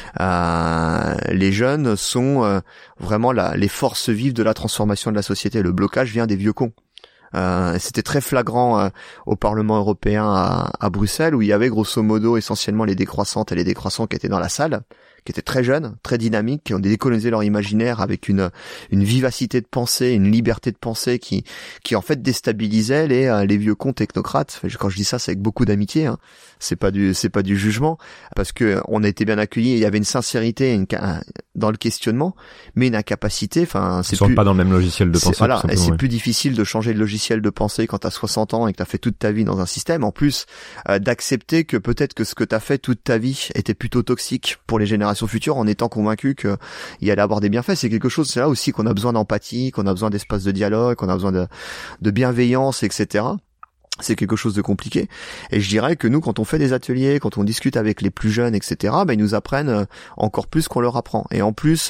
les jeunes sont vraiment les forces vives de la transformation de la société. Le blocage vient des vieux cons. C'était très flagrant au Parlement européen à Bruxelles, où il y avait grosso modo essentiellement les décroissantes et les décroissants qui étaient dans la salle, qui étaient très jeunes, très dynamiques, qui ont décolonisé leur imaginaire avec une vivacité de pensée, une liberté de pensée qui en fait déstabilisait les vieux cons technocrates. Quand je dis ça, c'est avec beaucoup d'amitié, hein. C'est pas du jugement, parce que on a été bien accueillis, il y avait une sincérité dans le questionnement, mais une incapacité, enfin, c'est plus... pas dans le même logiciel de pensée. Voilà, et c'est plus difficile de changer de logiciel de pensée quand t'as 60 ans et que t'as fait toute ta vie dans un système. En plus, d'accepter que peut-être que ce que t'as fait toute ta vie était plutôt toxique pour les générations futures, en étant convaincu qu'il y allait avoir des bienfaits. C'est quelque chose, c'est là aussi qu'on a besoin d'empathie, qu'on a besoin d'espace de dialogue, qu'on a besoin de bienveillance, etc. C'est quelque chose de compliqué. Et je dirais que nous, quand on fait des ateliers, quand on discute avec les plus jeunes, etc., ils nous apprennent encore plus qu'on leur apprend. Et en plus,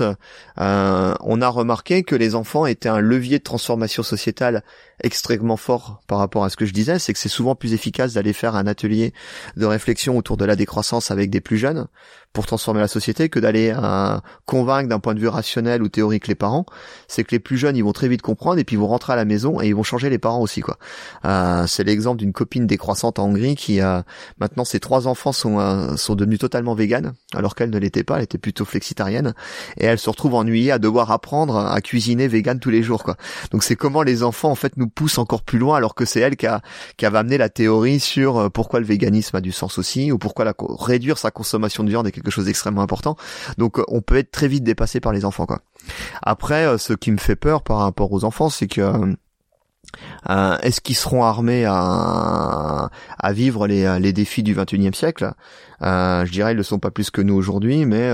on a remarqué que les enfants étaient un levier de transformation sociétale extrêmement fort par rapport à ce que je disais. C'est que c'est souvent plus efficace d'aller faire un atelier de réflexion autour de la décroissance avec des plus jeunes pour transformer la société que d'aller convaincre d'un point de vue rationnel ou théorique les parents. C'est que les plus jeunes, ils vont très vite comprendre et puis ils vont rentrer à la maison et ils vont changer les parents aussi, quoi. C'est l'exemple d'une copine décroissante en Hongrie qui maintenant ses 3 enfants sont devenus totalement véganes alors qu'elle ne l'était pas, elle était plutôt flexitarienne, et elle se retrouve ennuyée à devoir apprendre à cuisiner végane tous les jours, quoi. Donc c'est comment les enfants en fait nous poussent encore plus loin, alors que c'est elle qui avait amené la théorie sur pourquoi le véganisme a du sens aussi, ou pourquoi réduire sa consommation de viande est quelque chose d'extrêmement important. Donc on peut être très vite dépassé par les enfants, quoi. Après, ce qui me fait peur par rapport aux enfants, c'est que est-ce qu'ils seront armés à vivre les défis du XXIe siècle? Je dirais ils le sont pas plus que nous aujourd'hui, mais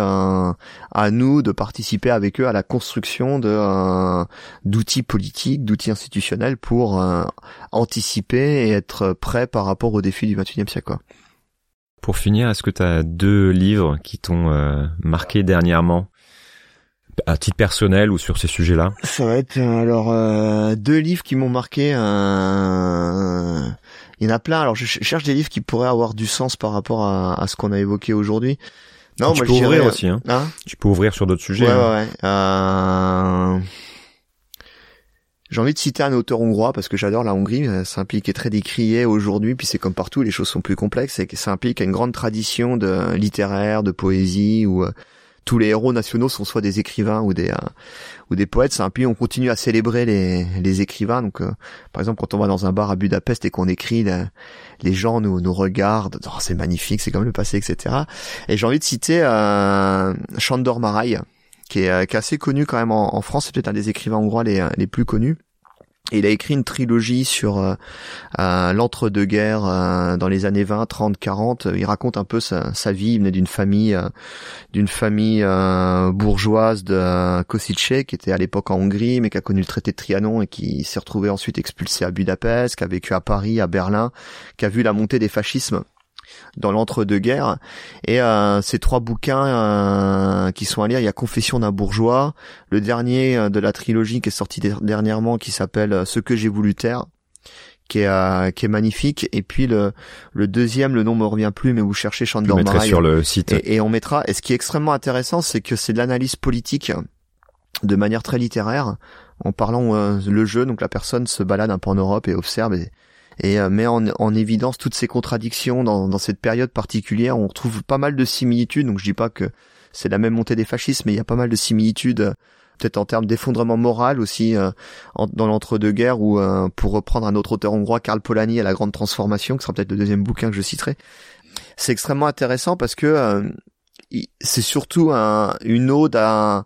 à nous de participer avec eux à la construction d'outils politiques, d'outils institutionnels pour anticiper et être prêts par rapport aux défis du XXIe siècle, quoi. Pour finir, est-ce que tu as 2 livres qui t'ont marqué dernièrement, à titre personnel ou sur ces sujets-là? Ça va être 2 livres qui m'ont marqué. Il y en a plein. Alors je cherche des livres qui pourraient avoir du sens par rapport à ce qu'on a évoqué aujourd'hui. Non, tu peux ouvrir aussi, hein. Tu peux ouvrir sur d'autres sujets. Ouais. J'ai envie de citer un auteur hongrois parce que j'adore la Hongrie. C'est un pays qui est très décrié aujourd'hui, puis c'est comme partout, les choses sont plus complexes. C'est un pays qui a une grande tradition de littéraire, de poésie, où tous les héros nationaux sont soit des écrivains ou des poètes. C'est un pays où on continue à célébrer les écrivains. Donc, par exemple, quand on va dans un bar à Budapest et qu'on écrit, les gens nous regardent. Oh, c'est magnifique, c'est comme le passé, etc. Et j'ai envie de citer Sándor Márai, qui est assez connu quand même en France. C'est peut-être un des écrivains hongrois les plus connus. Et il a écrit une trilogie sur l'entre-deux-guerres dans les années 20, 30, 40. Il raconte un peu sa vie. Il venait d'une famille bourgeoise de Košice, qui était à l'époque en Hongrie, mais qui a connu le traité de Trianon et qui s'est retrouvé ensuite expulsé à Budapest, qui a vécu à Paris, à Berlin, qui a vu la montée des fascismes dans l'entre-deux-guerres. Et ces 3 bouquins qui sont à lire, il y a Confession d'un bourgeois, le dernier de la trilogie qui est sorti dernièrement, qui s'appelle Ce que j'ai voulu taire, qui est magnifique, et puis le deuxième, le nom me revient plus, mais vous cherchez Sándor Márai. Je le mettrai sur le site. Et on mettra. Et ce qui est extrêmement intéressant, c'est que c'est de l'analyse politique de manière très littéraire, en parlant le jeu. Donc la personne se balade un peu en Europe et observe et met en évidence toutes ces contradictions dans cette période particulière. On retrouve pas mal de similitudes, donc je dis pas que c'est la même montée des fascismes, mais il y a pas mal de similitudes peut-être en termes d'effondrement moral aussi dans l'entre-deux-guerres, ou pour reprendre un autre auteur hongrois, Karl Polanyi, à La Grande Transformation, qui sera peut-être le deuxième bouquin que je citerai. C'est extrêmement intéressant parce que c'est surtout une ode à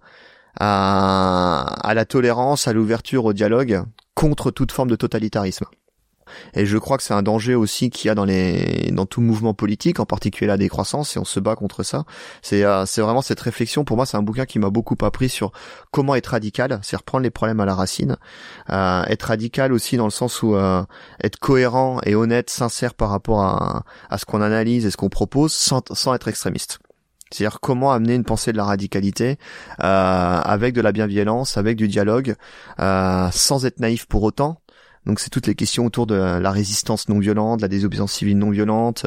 la tolérance, à l'ouverture au dialogue contre toute forme de totalitarisme. Et je crois que c'est un danger aussi qu'il y a dans tout mouvement politique, en particulier la décroissance, et on se bat contre ça. C'est vraiment cette réflexion. Pour moi, c'est un bouquin qui m'a beaucoup appris sur comment être radical, c'est reprendre les problèmes à la racine, être radical aussi dans le sens où être cohérent et honnête, sincère par rapport à ce qu'on analyse et ce qu'on propose, sans être extrémiste. C'est-à-dire comment amener une pensée de la radicalité avec de la bienveillance, avec du dialogue, sans être naïf pour autant. Donc c'est toutes les questions autour de la résistance non violente, la désobéissance civile non violente,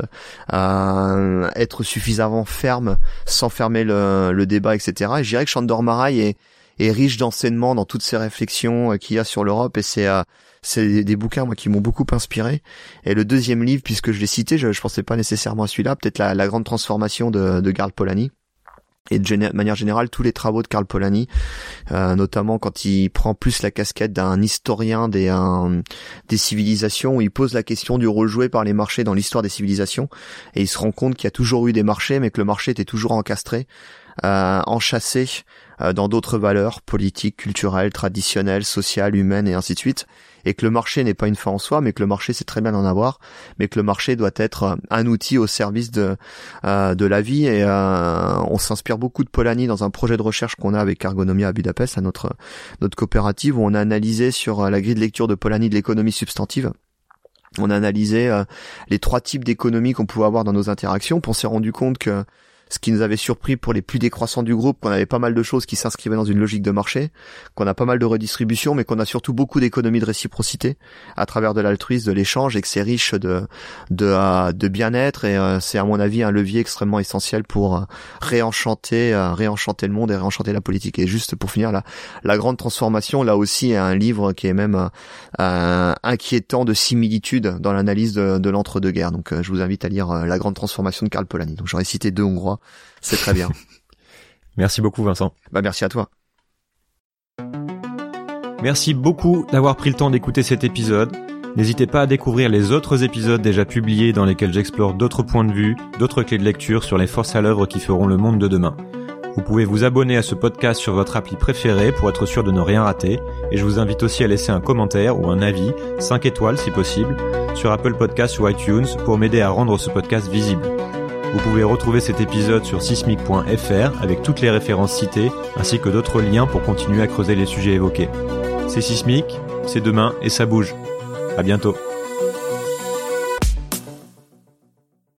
être suffisamment ferme sans fermer le débat, etc. Et je dirais que Sándor Márai est riche d'enseignements dans toutes ces réflexions qu'il y a sur l'Europe, et c'est des bouquins moi qui m'ont beaucoup inspiré. Et le deuxième livre, puisque je l'ai cité, je pensais pas nécessairement à celui-là, peut-être la Grande Transformation de Karl Polanyi. Et de manière générale, tous les travaux de Karl Polanyi, notamment quand il prend plus la casquette d'un historien des civilisations, où il pose la question du rôle joué par les marchés dans l'histoire des civilisations, et il se rend compte qu'il y a toujours eu des marchés, mais que le marché était toujours encastré, enchâssé dans d'autres valeurs politiques, culturelles, traditionnelles, sociales, humaines, et ainsi de suite. Et que le marché n'est pas une fin en soi, mais que le marché, c'est très bien d'en avoir, mais que le marché doit être un outil au service de la vie. Et on s'inspire beaucoup de Polanyi dans un projet de recherche qu'on a avec Ergonomia à Budapest, à notre coopérative, où on a analysé sur la grille de lecture de Polanyi de l'économie substantive. On a analysé les 3 types d'économies qu'on pouvait avoir dans nos interactions. On s'est rendu compte que ce qui nous avait surpris pour les plus décroissants du groupe, qu'on avait pas mal de choses qui s'inscrivaient dans une logique de marché, qu'on a pas mal de redistribution, mais qu'on a surtout beaucoup d'économies de réciprocité à travers de l'altruisme, de l'échange, et que c'est riche de bien-être, et c'est à mon avis un levier extrêmement essentiel pour réenchanter le monde et réenchanter la politique. Et juste pour finir, la Grande Transformation, là aussi, est un livre qui est même inquiétant de similitude dans l'analyse de l'entre-deux-guerres. Donc je vous invite à lire La Grande Transformation de Karl Polanyi. Donc j'aurais cité 2 Hongrois. C'est très bien. Merci beaucoup Vincent. Merci à toi. Merci beaucoup d'avoir pris le temps d'écouter cet épisode. N'hésitez pas à découvrir les autres épisodes déjà publiés dans lesquels j'explore d'autres points de vue, d'autres clés de lecture sur les forces à l'œuvre qui feront le monde de demain. Vous pouvez vous abonner à ce podcast sur votre appli préférée pour être sûr de ne rien rater, et je vous invite aussi à laisser un commentaire ou un avis, 5 étoiles si possible, sur Apple Podcasts ou iTunes pour m'aider à rendre ce podcast visible. Vous pouvez retrouver cet épisode sur sismic.fr avec toutes les références citées, ainsi que d'autres liens pour continuer à creuser les sujets évoqués. C'est Sismic, c'est demain et ça bouge. À bientôt.